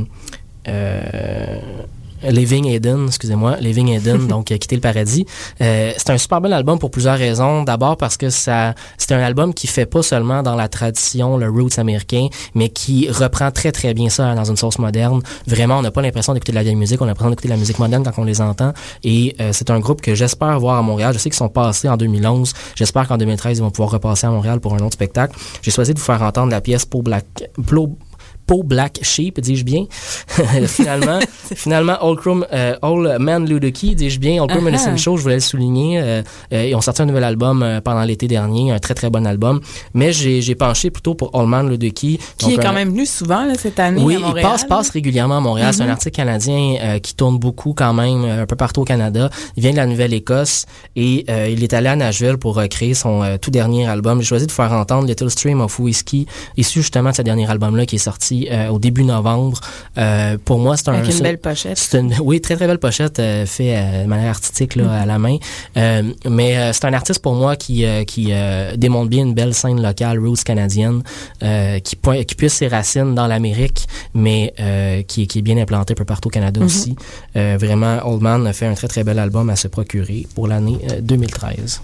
euh, Living Eden, excusez-moi, Living Eden, donc euh, Quitter le paradis. Euh, c'est un super bel album pour plusieurs raisons. D'abord parce que ça, c'est un album qui fait pas seulement dans la tradition, le roots américain, mais qui reprend très très bien ça dans une sauce moderne. Vraiment, on n'a pas l'impression d'écouter de la vieille musique, on a l'impression d'écouter de la musique moderne quand on les entend. Et euh, c'est un groupe que j'espère voir à Montréal. Je sais qu'ils sont passés en deux mille onze. J'espère qu'en deux mille treize, ils vont pouvoir repasser à Montréal pour un autre spectacle. J'ai choisi de vous faire entendre la pièce Peau Black... Peau Peau Black Sheep, dis-je bien. finalement, finalement, Old Crow, euh, Old Man Ludoki, dis-je bien. Old Crow uh-huh. Medicine Show, je voulais le souligner. Euh, euh, ils ont sorti un nouvel album euh, pendant l'été dernier, un très très bon album. Mais j'ai, j'ai penché plutôt pour Old Man Ludoki. Qui donc, est quand euh, même venu souvent là, cette année oui, à Montréal. Oui, il passe, passe régulièrement à Montréal. Mm-hmm. C'est un artiste canadien euh, qui tourne beaucoup quand même, euh, un peu partout au Canada. Il vient de la Nouvelle-Écosse et euh, il est allé à Nashville pour euh, créer son euh, tout dernier album. J'ai choisi de faire entendre Little Stream of Whiskey, issu justement de ce dernier album-là qui est sorti Euh, au début novembre. Euh, pour moi, c'est un... Avec une c'est, belle pochette. C'est une, oui, très très belle pochette, euh, fait euh, de manière artistique là, mm-hmm. à la main. Euh, mais euh, c'est un artiste pour moi qui, euh, qui euh, démontre bien une belle scène locale, roots canadienne, euh, qui, qui puise ses racines dans l'Amérique, mais euh, qui, qui est bien implanté un peu partout au Canada mm-hmm. aussi. Euh, vraiment, Old Man a fait un très très bel album à se procurer pour l'année euh, deux mille treize.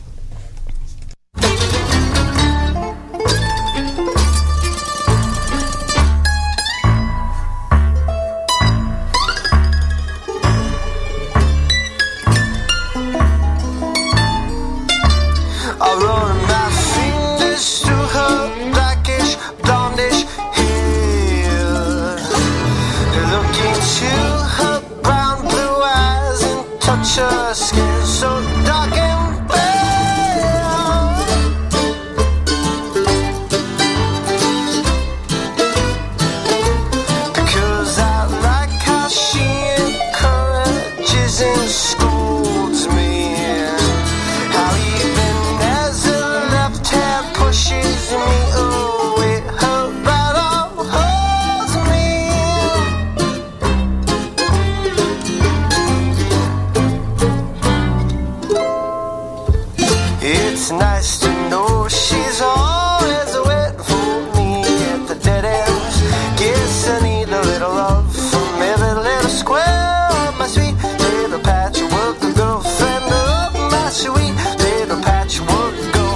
Her skin so dark and pale.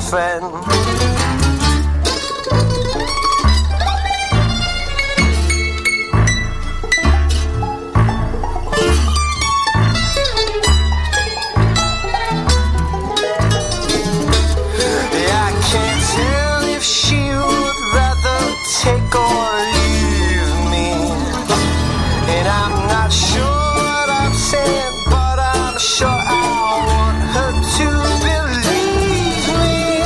girlfriend. Yeah, I can't tell if she would rather take or leave me, and I'm not sure what I'm saying, but I'm sure I want her to believe me.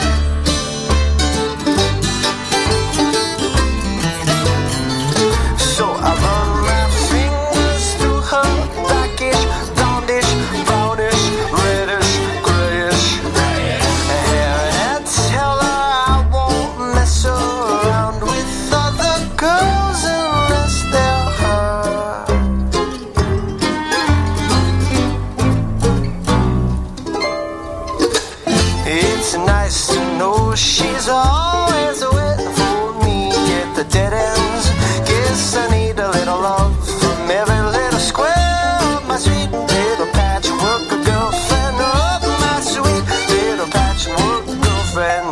So I run my fingers through her blackish, blondish, brownish, reddish, grayish hair, and tell her I won't mess around with other girls unless they're her. It's nice to know she's always waiting for me at the dead ends. Guess I need a little love from every little square of my sweet little patchwork girlfriend. Oh, my sweet little patchwork girlfriend.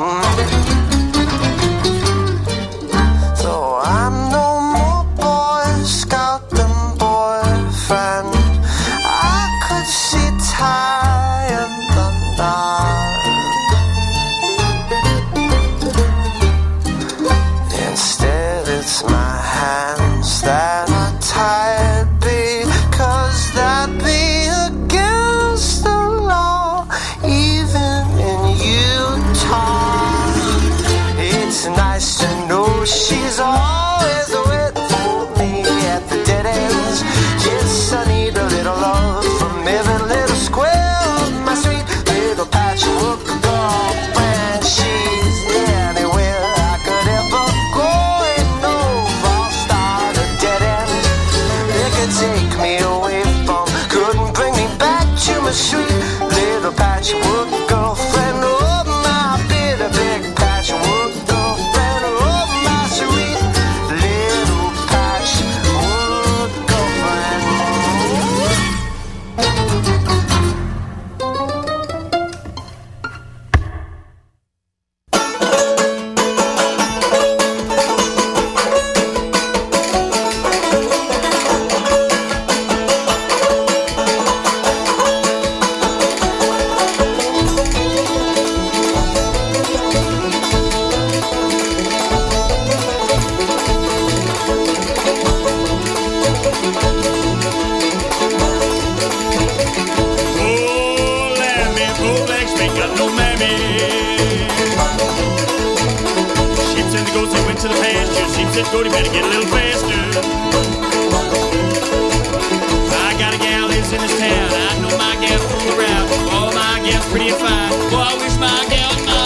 So I'm no more Boy Scout than boyfriend. I could sit high in the night. Instead, it's my hands that are tied, because that'd be against the law, even in Utah. It's nice to know she's always waiting for me at the dead ends. Yes, I need a little love from every little square of my sweet little patchwork girlfriend. She's anywhere I could ever go, and no, I'll start a dead end. They could take me away from, couldn't bring me back to my sweet little patchwork girlfriend. Oh, my bitter big patchwork girlfriend. Oh, my sweet little patchwork girlfriend. Oh, Lammy, old legs ain't got no mammy. Sheep said the goats, they went to the pasture. Sheep said, goat, you better get a little faster. I got a gal lives in this town. I know my gal fool around. Oh, my gal's pretty and fine. Oh, I wish my gal was mine.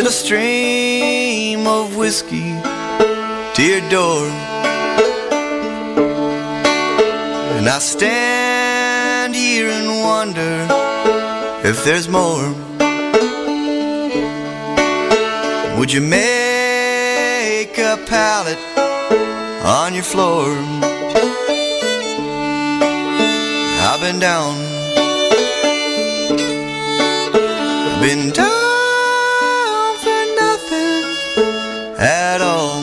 little stream of whiskey to your door. And I stand here and wonder if there's more. Would you make a pallet on your floor? I've been down, I've been down for nothing at all.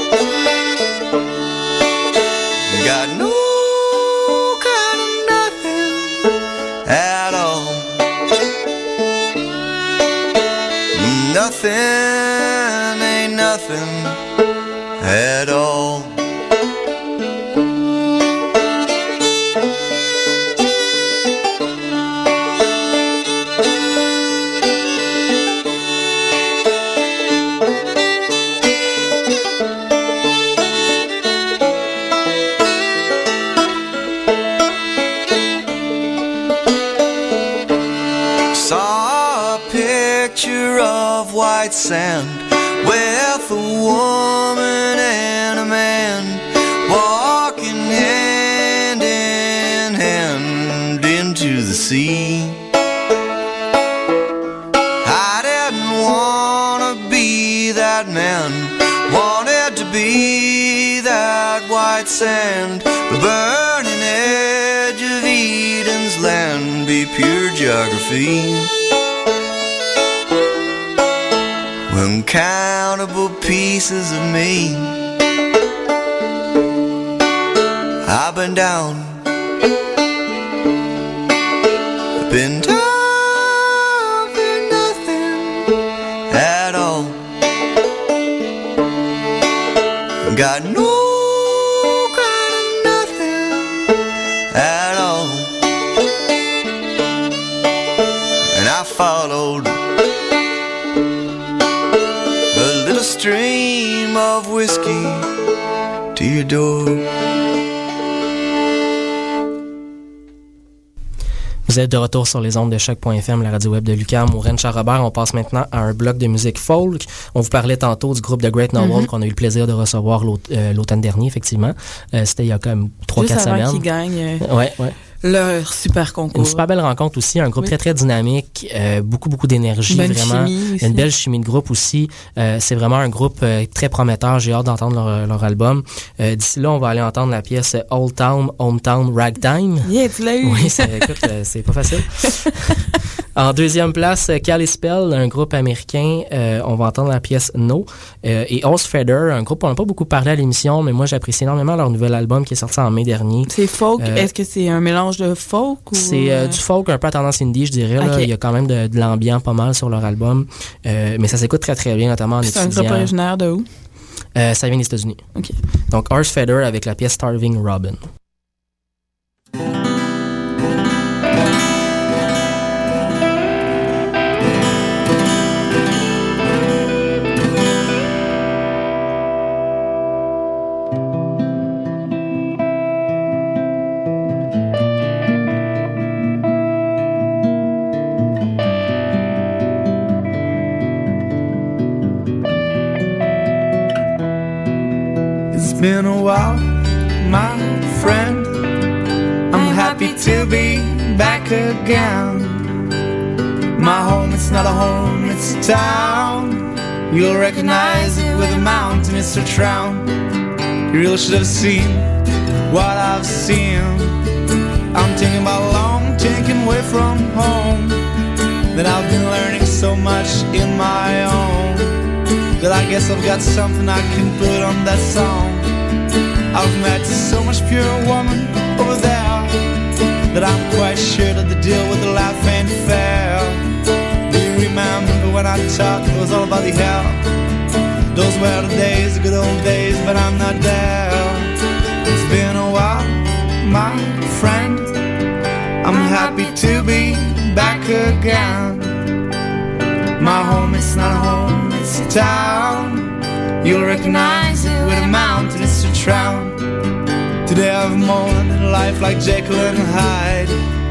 Got no kind of nothing at all. Nothing ain't nothing at all. White sand with a woman and a man walking hand in hand into the sea. I didn't want to be that man, wanted to be that white sand, the burning edge of Eden's land, be pure geography. Uncountable pieces of me. I've been down, I've been down for nothing at all. Got no kind of nothing at all. And I followed a stream of whiskey to your door. Vous êtes de retour sur les ondes de choc point f m, la radio web de Lucas. Maureen Charrobert. On passe maintenant à un bloc de musique folk. On vous parlait tantôt du groupe The Great No World mm-hmm. qu'on a eu le plaisir de recevoir l'aut- euh, l'automne dernier, effectivement. Euh, c'était il y a quand même trois quatre semaines. Juste avant qu'ils gagnent. Euh... Ouais, ouais. Leur super concours. Une super belle rencontre aussi, un groupe oui. très très dynamique, euh, beaucoup beaucoup d'énergie, belle vraiment, chimie une belle chimie de groupe aussi. Euh, c'est vraiment un groupe euh, très prometteur. J'ai hâte d'entendre leur, leur album. Euh, d'ici là, on va aller entendre la pièce Old Town, Hometown, Ragtime. Yeah, tu l'as eu. Oui, c'est, écoute, euh, c'est pas facile. En deuxième place, Kalispell, un groupe américain. Euh, on va entendre la pièce No. Euh, et Ozfeder, un groupe qu'on n'a pas beaucoup parlé à l'émission, mais moi j'apprécie énormément leur nouvel album qui est sorti en mai dernier. C'est folk. Euh, Est-ce que c'est un mélange de folk ou... C'est euh, du folk un peu à tendance indie, je dirais. Okay. Là. Il y a quand même de, de l'ambiance pas mal sur leur album. Euh, mais ça s'écoute très très bien, notamment en c'est étudiant. C'est un groupe originaire de où? Euh, ça vient des États-Unis. Okay. Donc Ozfeder avec la pièce Starving Robin. It's been a while, my friend. I'm happy to be back again. My home, it's not a home, it's a town. You'll recognize it with a mountain, it's a town. You really should have seen what I've seen. I'm thinking about long, taken away from home. That I've been learning so much in my own. That I guess I've got something I can put on that song. I've met so much pure woman over there that I'm quite sure that the deal with the life ain't fair. Do you remember when I talked, it was all about the hell? Those were the days, the good old days, but I'm not there. It's been a while, my friend. I'm happy to be back again. My home, it's not a home, it's a town. You'll recognize it with a mountain, it's a town. Today I've more than a life like Jekyll and Hyde.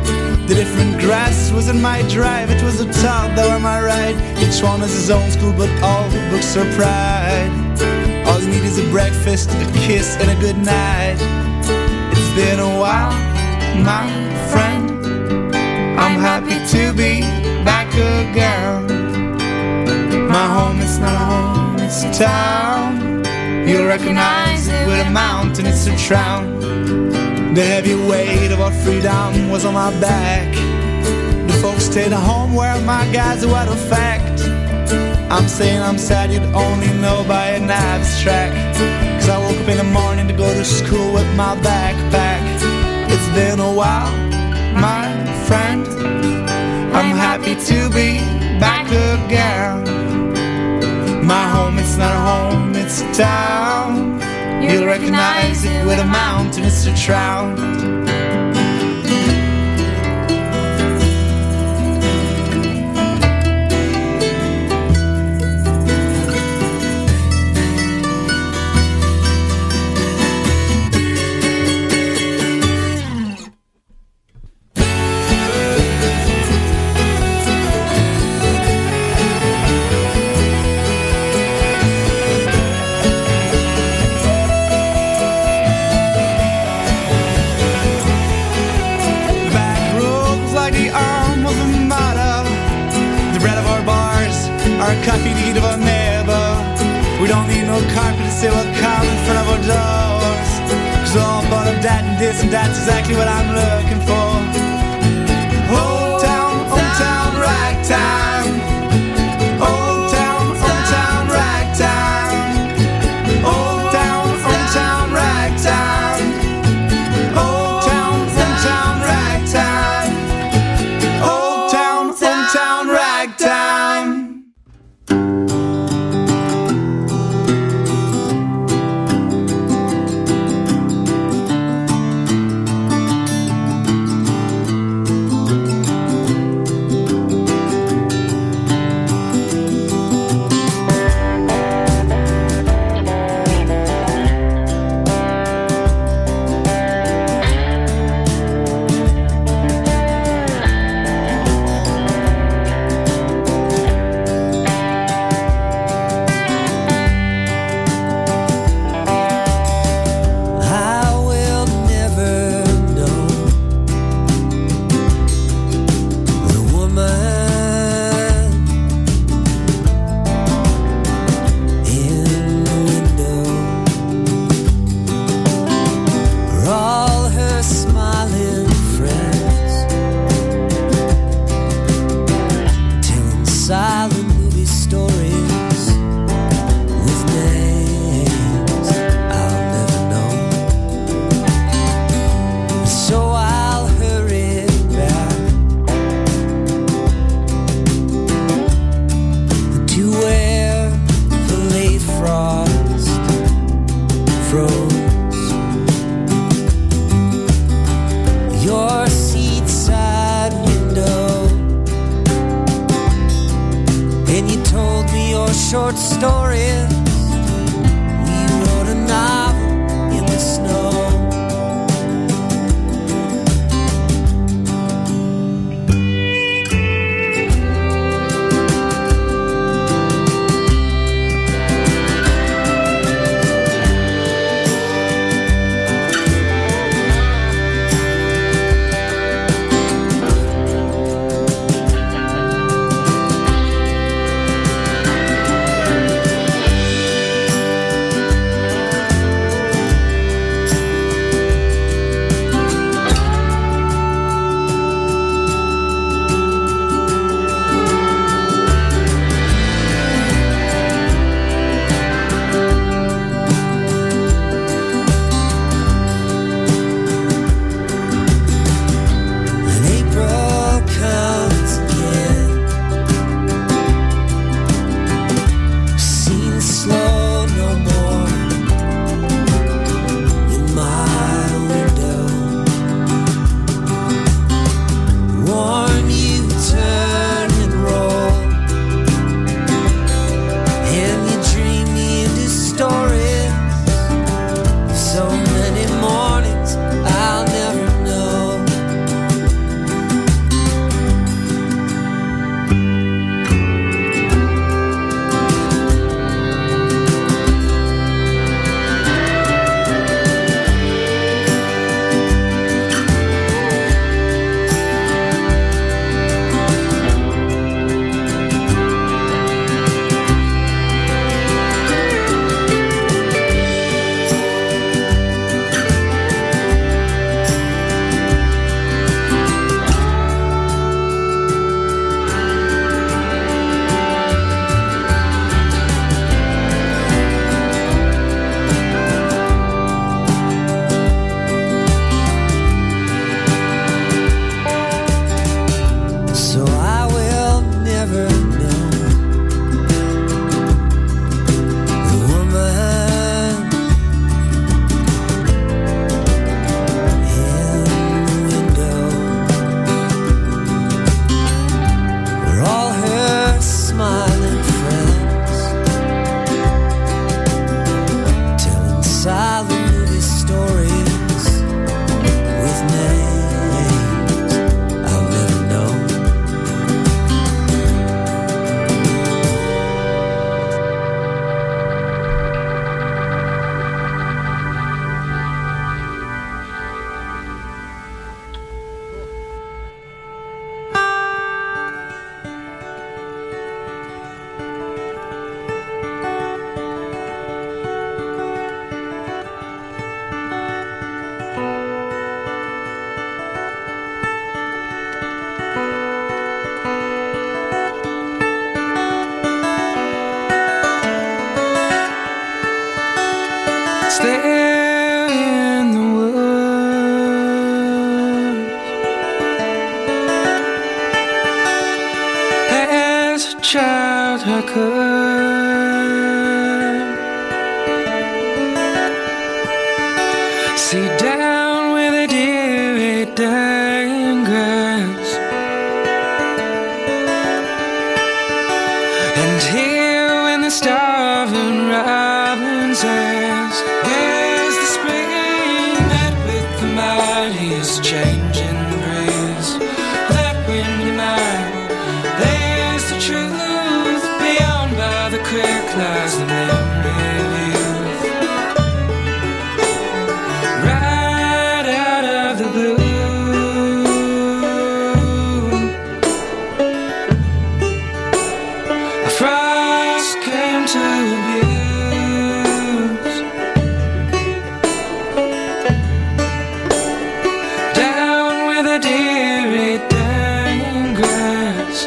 The different grass was in my drive, it was the top that were my ride. Each one has his own school, but all the books are pride. All you need is a breakfast, a kiss, and a good night. It's been a while, my friend. I'm happy to be back again. My home, it's not a home, it's a town. You'll recognize it with a mountain, it's a town. The heavy weight of our freedom was on my back. The folks stayed at home where my guys were the fact. I'm saying I'm sad you'd only know by an abstract. Cause I woke up in the morning to go to school with my backpack. It's been a while, my friend. I'm happy to be back again. My home, it's not a home, it's a town. You'll recognize it with a mountain, it's a trout. Coffee need of our neighbor. We don't need no carpet to say welcome in front of our doors. Cause we're all about of that and this and that's exactly what I'm looking for. Old town, old town, ragtime. Old town, old town, ragtime. Old town, old town, ragtime. Old town, old town, ragtime. Old town, old town, ragtime. Short stories. We wrote a novel in the snow. It's there in the woods. As a child I could see down where the deer ate dying grass, and hear when the starving robins ask, there's the spring that with the mightiest changing the breeze, that windy night, there's the truth, beyond by the creek lies the memory of youth, right out of the blue. A frost came to abuse, down where the deer ate dying grass,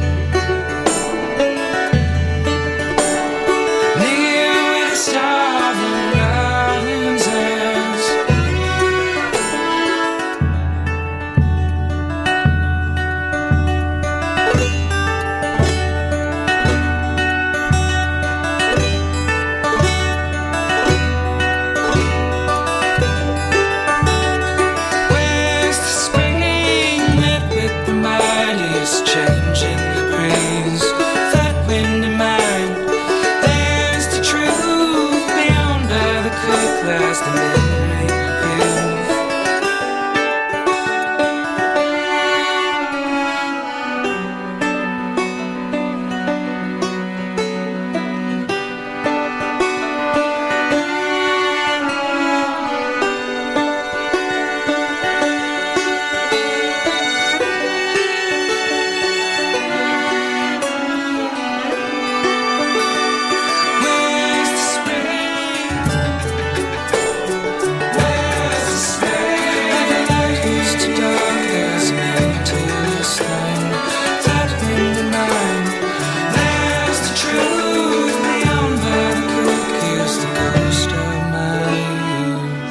near where the starving robins ask. Where's the spring that with the mightiest changing the breeze, that windy mind, there's the truth, beyond by the creek lies the memory of youth. Where's the spring? Where's the spring? And the night is too dark, there's an emptiness thing, that windy night, there's the truth, beyond by the creek is the ghost of my youth.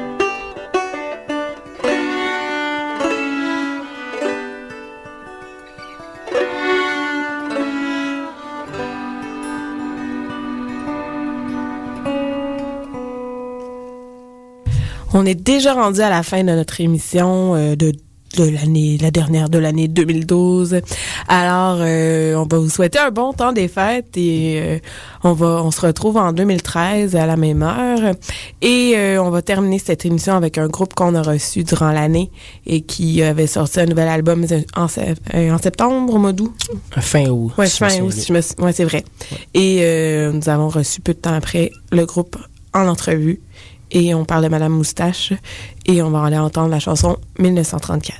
On est déjà rendu à la fin de notre émission euh, de de l'année, la dernière de l'année deux mille douze. Alors, euh, on va vous souhaiter un bon temps des fêtes et euh, on va, on se retrouve en deux mille treize à la même heure. Et euh, on va terminer cette émission avec un groupe qu'on a reçu durant l'année et qui avait sorti un nouvel album en, sep- euh, en septembre, au mois d'août. Fin août. Ouais, si je me fin août, souviens si je me sou- ouais, c'est vrai. Et euh, nous avons reçu peu de temps après le groupe en entrevue et on parle de Madame Moustache et on va aller entendre la chanson dix-neuf cent trente-quatre.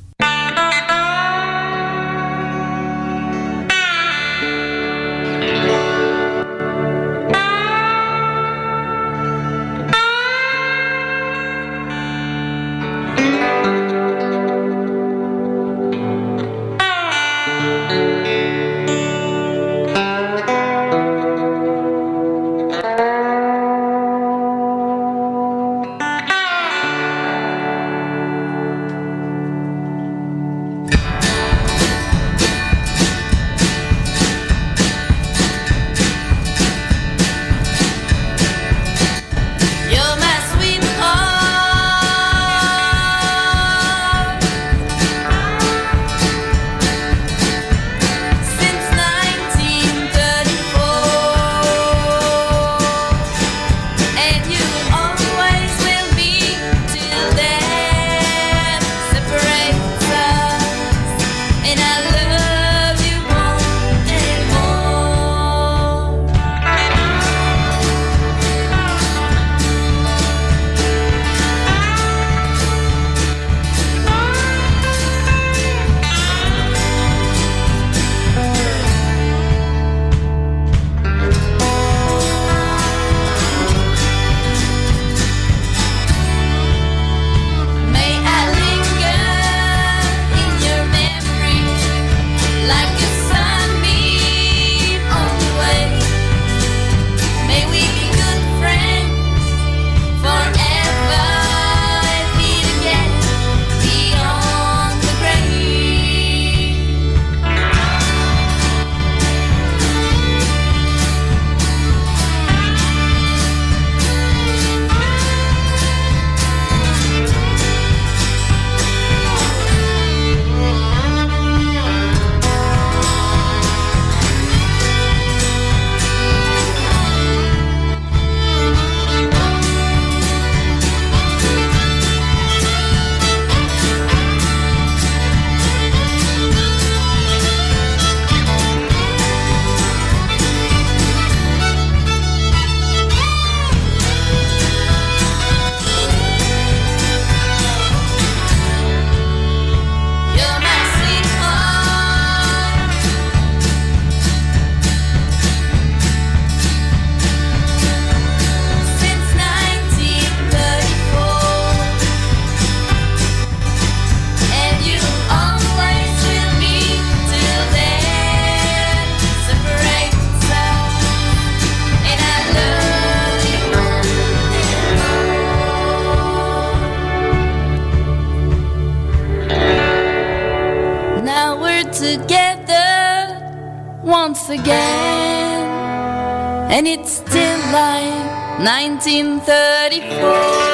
once again, and it's still like nineteen thirty-four.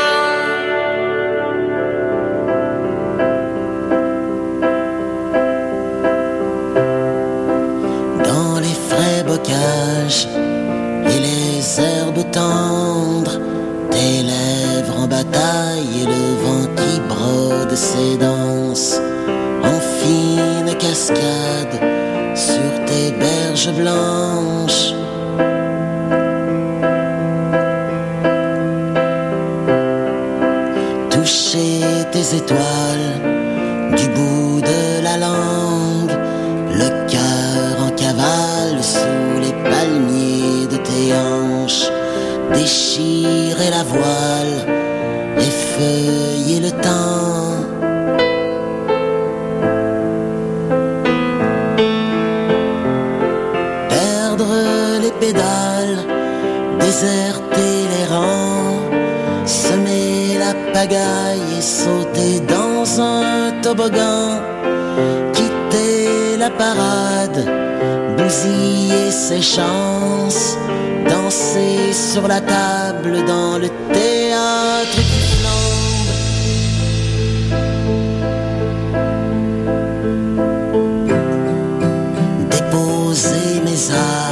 Dans les frais bocages et les herbes tendres, tes lèvres en bataille et le vent qui brode ses danses en fine cascade sur tes berges blanches. Toucher tes étoiles du bout de la langue, le cœur en cavale sous les palmiers de tes hanches, déchirer la voile, effeuiller le temps. Perdre les pédales, déserter les rangs, semer la pagaille et sauter dans un toboggan, quitter la parade, bousiller ses chances, danser sur la table dans le théâtre qui flambe. Déposer mes armes